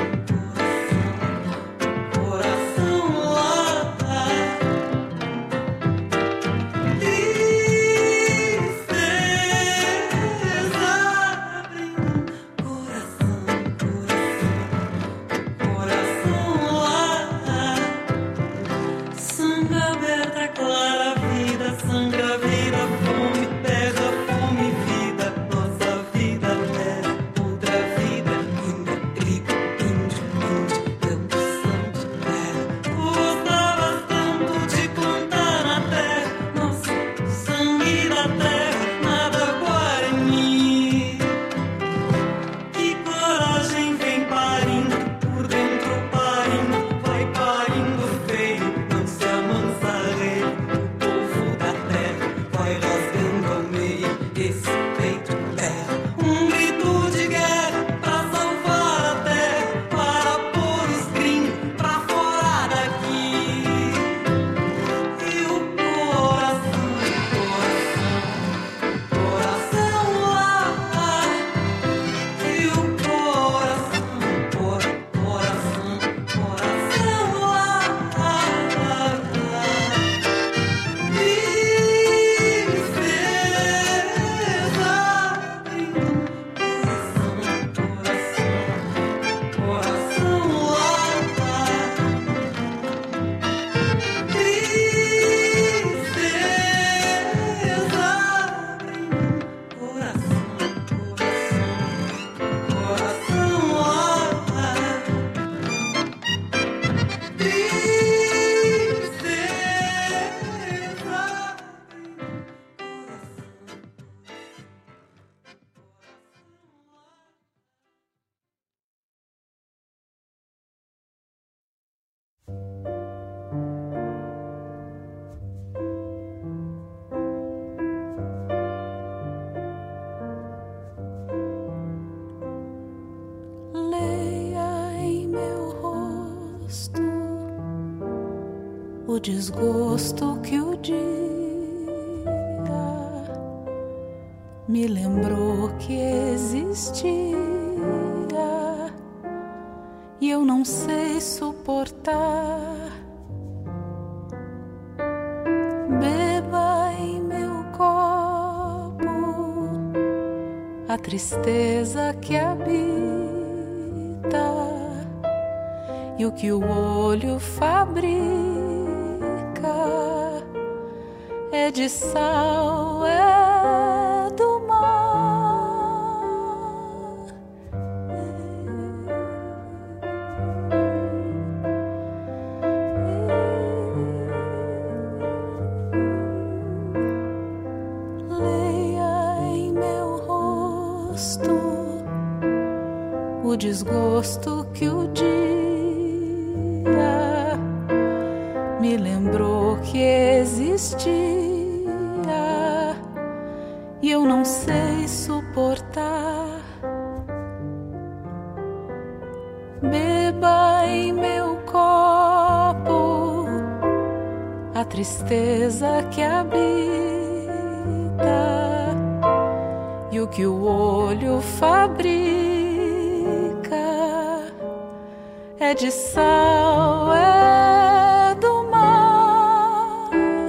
coração lá. o desgosto que o dia me lembrou que existia e eu não sei suportar. Beba em meu copo a tristeza que habita e o que o olho fabrica é de sal, é do mar. o desgosto que o dia me lembrou que existia e eu não sei suportar. Beba em meu copo a tristeza que habita e o que o olho fabrica é de sal, é do mar.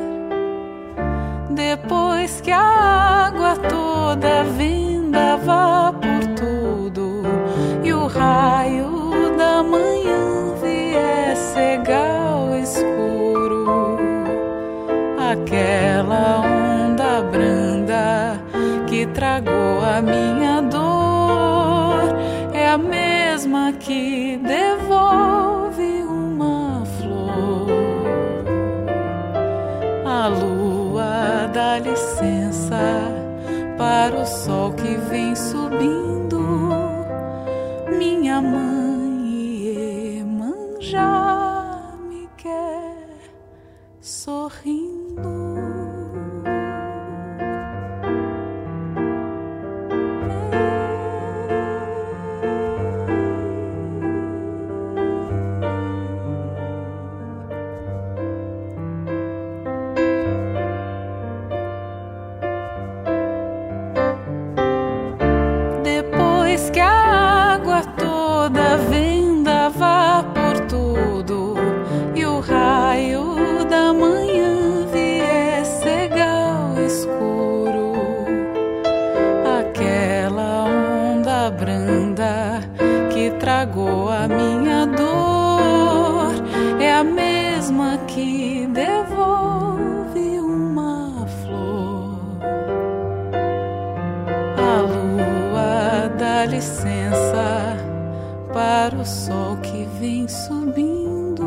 Depois que a água toda vendava por tudo e o raio da manhã vier cegar o escuro, aquela onda branda que tragou a minha dor é a mesma que devolve uma flor. A lua dá licença para o sol que vem subindo. Minha mãe Iemanjá me quer sorrindo. Tragou a minha dor é a mesma que devolve uma flor. A lua dá licença para o sol que vem subindo.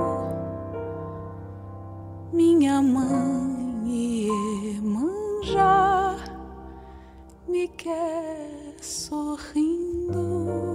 Minha mãe Iemanjá me quer sorrindo.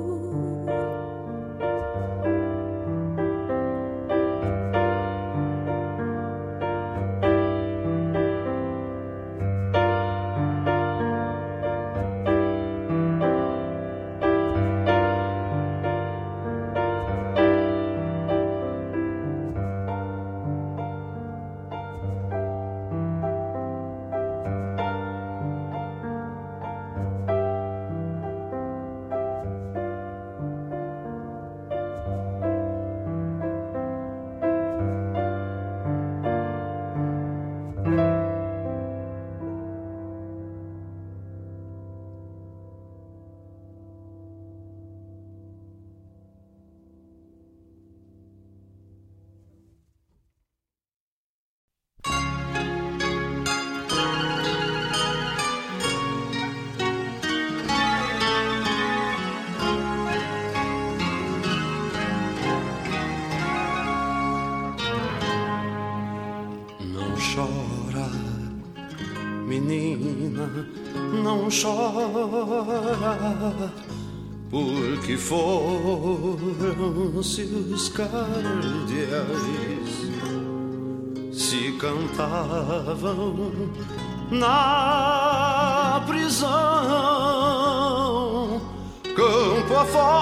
Não chora, porque foram-se os cardeais, se cantavam na prisão, campo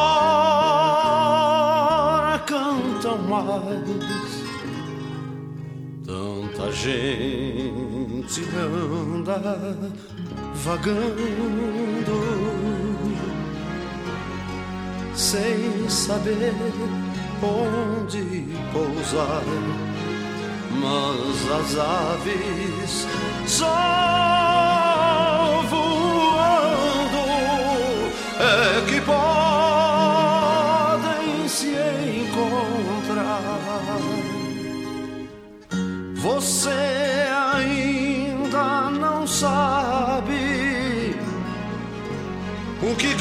afora cantam mais. Tanta gente anda vagando sem saber onde pousar, mas as aves só voando é que podem se encontrar. Você ainda não sabe o que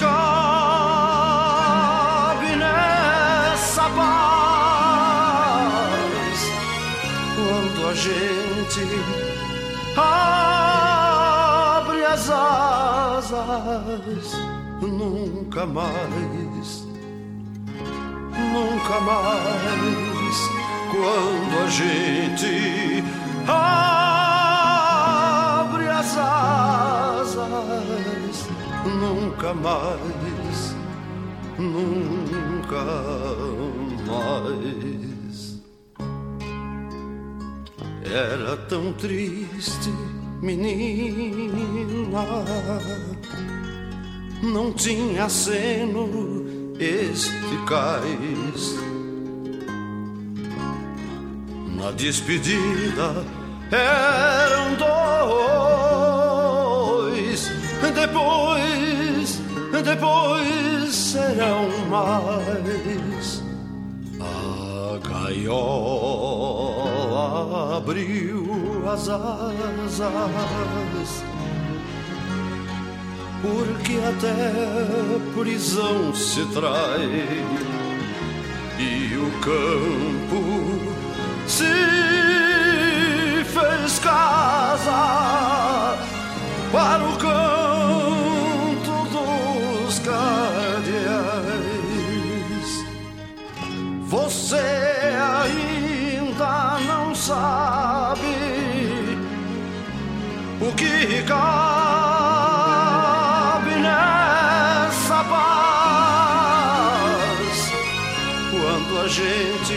cabe nessa paz quando a gente abre as asas nunca mais, nunca mais, quando a gente abre as asas, nunca mais, nunca mais. Era tão triste, menina, não tinha seno este cais. Na despedida eram dois, depois, depois serão mais. A gaiola abriu as asas, porque até prisão se trai, e o campo se fez casa para o canto dos cardeais. Você ainda não sabe o que cabe nessa paz, quando a gente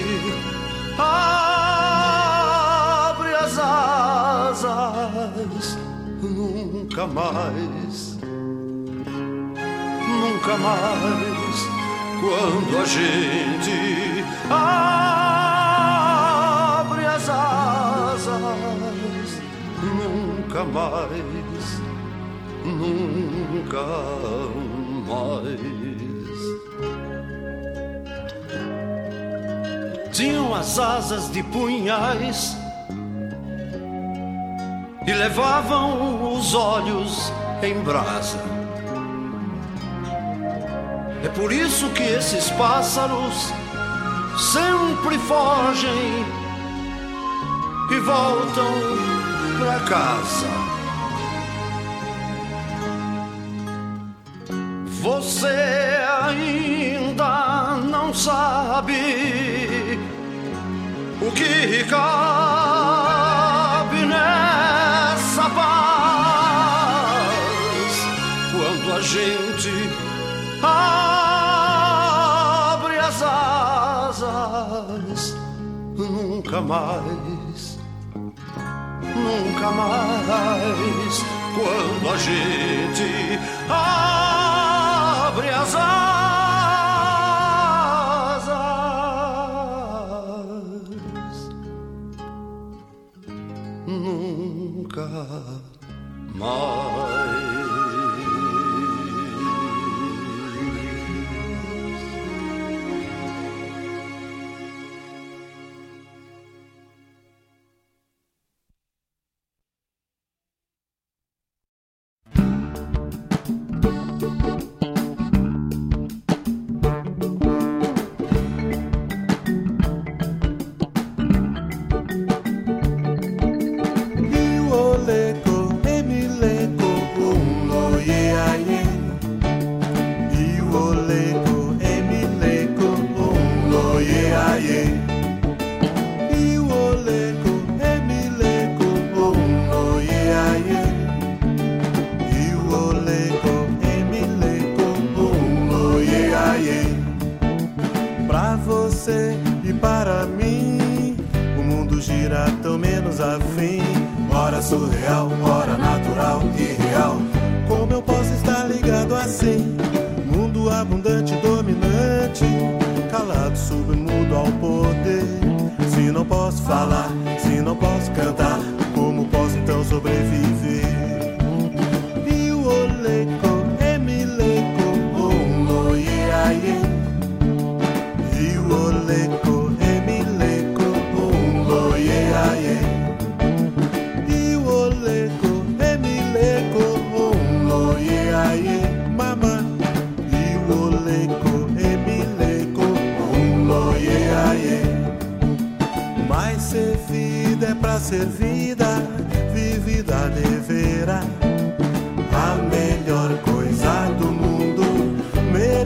abre as asas, nunca mais, nunca mais, quando a gente abre as asas, nunca mais, nunca mais. Tinham as asas de punhais e levavam os olhos em brasa. É por isso que esses pássaros sempre fogem e voltam pra casa. Você ainda não sabe o que cabe nessa paz, quando a gente abre as asas, nunca mais, nunca mais, quando a gente abre as asas, nunca mais. Surreal, ora natural e real. Como eu posso estar ligado assim? Mundo abundante, dominante, calado, submudo ao poder. Se não posso falar, se não posso cantar, como posso então sobreviver? E o oleco, emileco, um oie aie. E o oleco, emileco, um oie aie. Mama, e o leco, emileco, um loie aie. Mas ser vida é pra ser vida, vivida deverá. A melhor coisa do mundo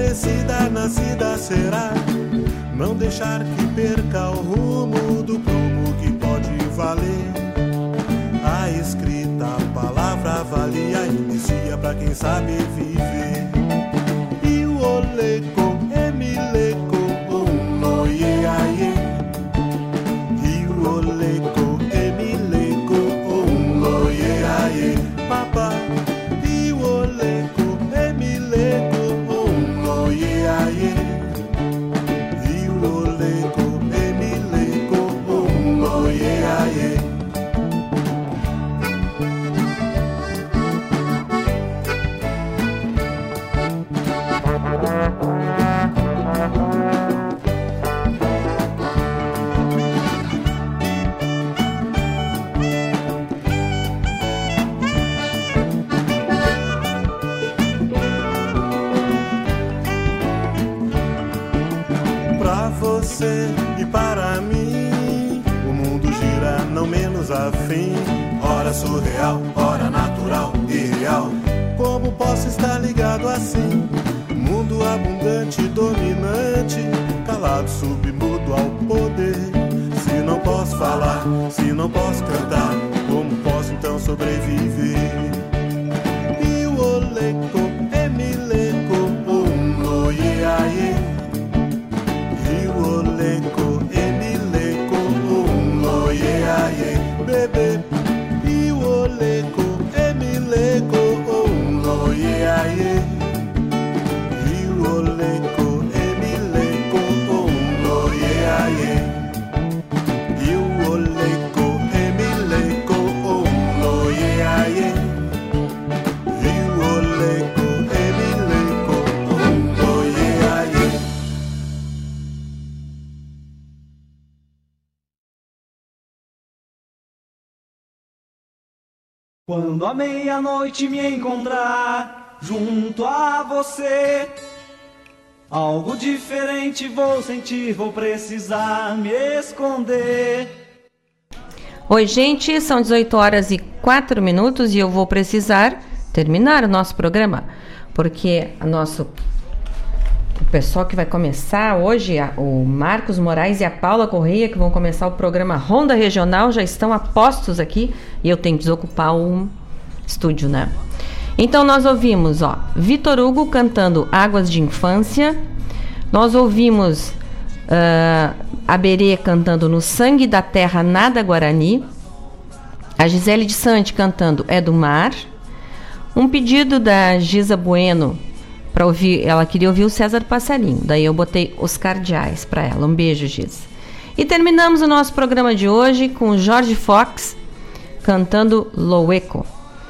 crescida, nascida será. Não deixar que perca o rumo do prumo que pode valer. A escrita, a palavra valia, inicia pra quem sabe viver. E o oleco, emileco, um noie aie. E o oleco, emileco, um noie aie. Papá. E o oleco, emileco, um noie aie. E o oleco, emileco, um noie aie. Pra você e para mim, o mundo gira não menos afim. Ora surreal, ora natural e real. Como posso estar ligado assim? Mundo abundante, dominante, calado, submudo ao poder. Se não posso falar, se não posso cantar, como posso então sobreviver? E o oleco, emileco, um noie aie. E o oleco, emileco, um noie aie. Bebê. E o oleco, emileco, um noie aie. E o oleco, emileco, um noie aie. E o oleco, emileco, um noie aie. E o oleco, emileco, um noie aie. Quando à meia-noite me encontrar junto a você, algo diferente vou sentir, vou precisar me esconder. Oi, gente, são dezoito horas e quatro minutos e eu vou precisar terminar o nosso programa, porque o nosso o pessoal que vai começar hoje, a, o Marcos Moraes e a Paula Correia, que vão começar o programa Ronda Regional, já estão a postos aqui e eu tenho que desocupar o estúdio, né? Então nós ouvimos, ó, Vitor Hugo cantando Águas de Infância, nós ouvimos uh, a Berê cantando No Sangue da Terra Nada Guarani, a Gisele de Sante cantando É do Mar, um pedido da Giza Bueno para ouvir, ela queria ouvir o César Passarinho, daí eu botei Os Cardeais para ela. Um beijo, Giz. E terminamos o nosso programa de hoje com o Jorge Fox cantando Loeco.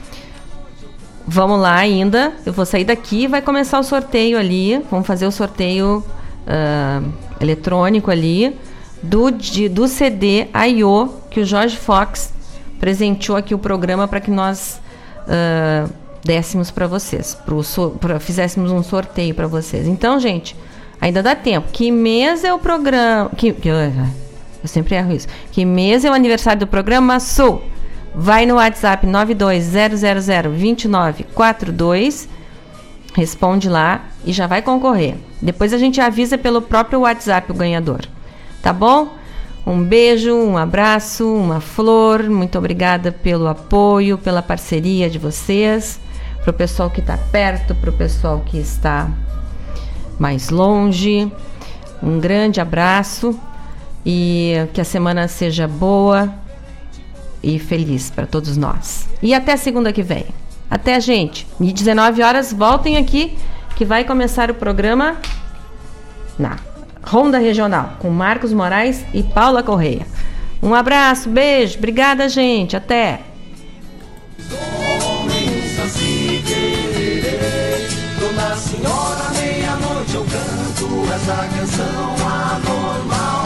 Vamos lá ainda, eu vou sair daqui e vai começar o sorteio ali, vamos fazer o sorteio uh, eletrônico ali do, de, do C D I O que o Jorge Fox presenteou aqui o programa para que nós uh, dessemos para vocês, pro, pra, fizéssemos um sorteio para vocês. Então, gente, ainda dá tempo. Que mês é o programa? Que, que, eu, eu sempre erro isso. Que mês é o aniversário do programa Sul? Vai no WhatsApp nove dois zero zero zero dois nove quatro dois, responde lá e já vai concorrer. Depois a gente avisa pelo próprio WhatsApp o ganhador. Tá bom? Um beijo, um abraço, uma flor. Muito obrigada pelo apoio, pela parceria de vocês. Para o pessoal que está perto, para o pessoal que está mais longe. Um grande abraço e que a semana seja boa e feliz para todos nós. E até segunda que vem. Até, gente. E dezenove horas, voltem aqui que vai começar o programa na Ronda Regional com Marcos Moraes e Paula Correia. Um abraço, beijo, obrigada, gente. Até. Dona Senhora, meia-noite eu canto essa canção.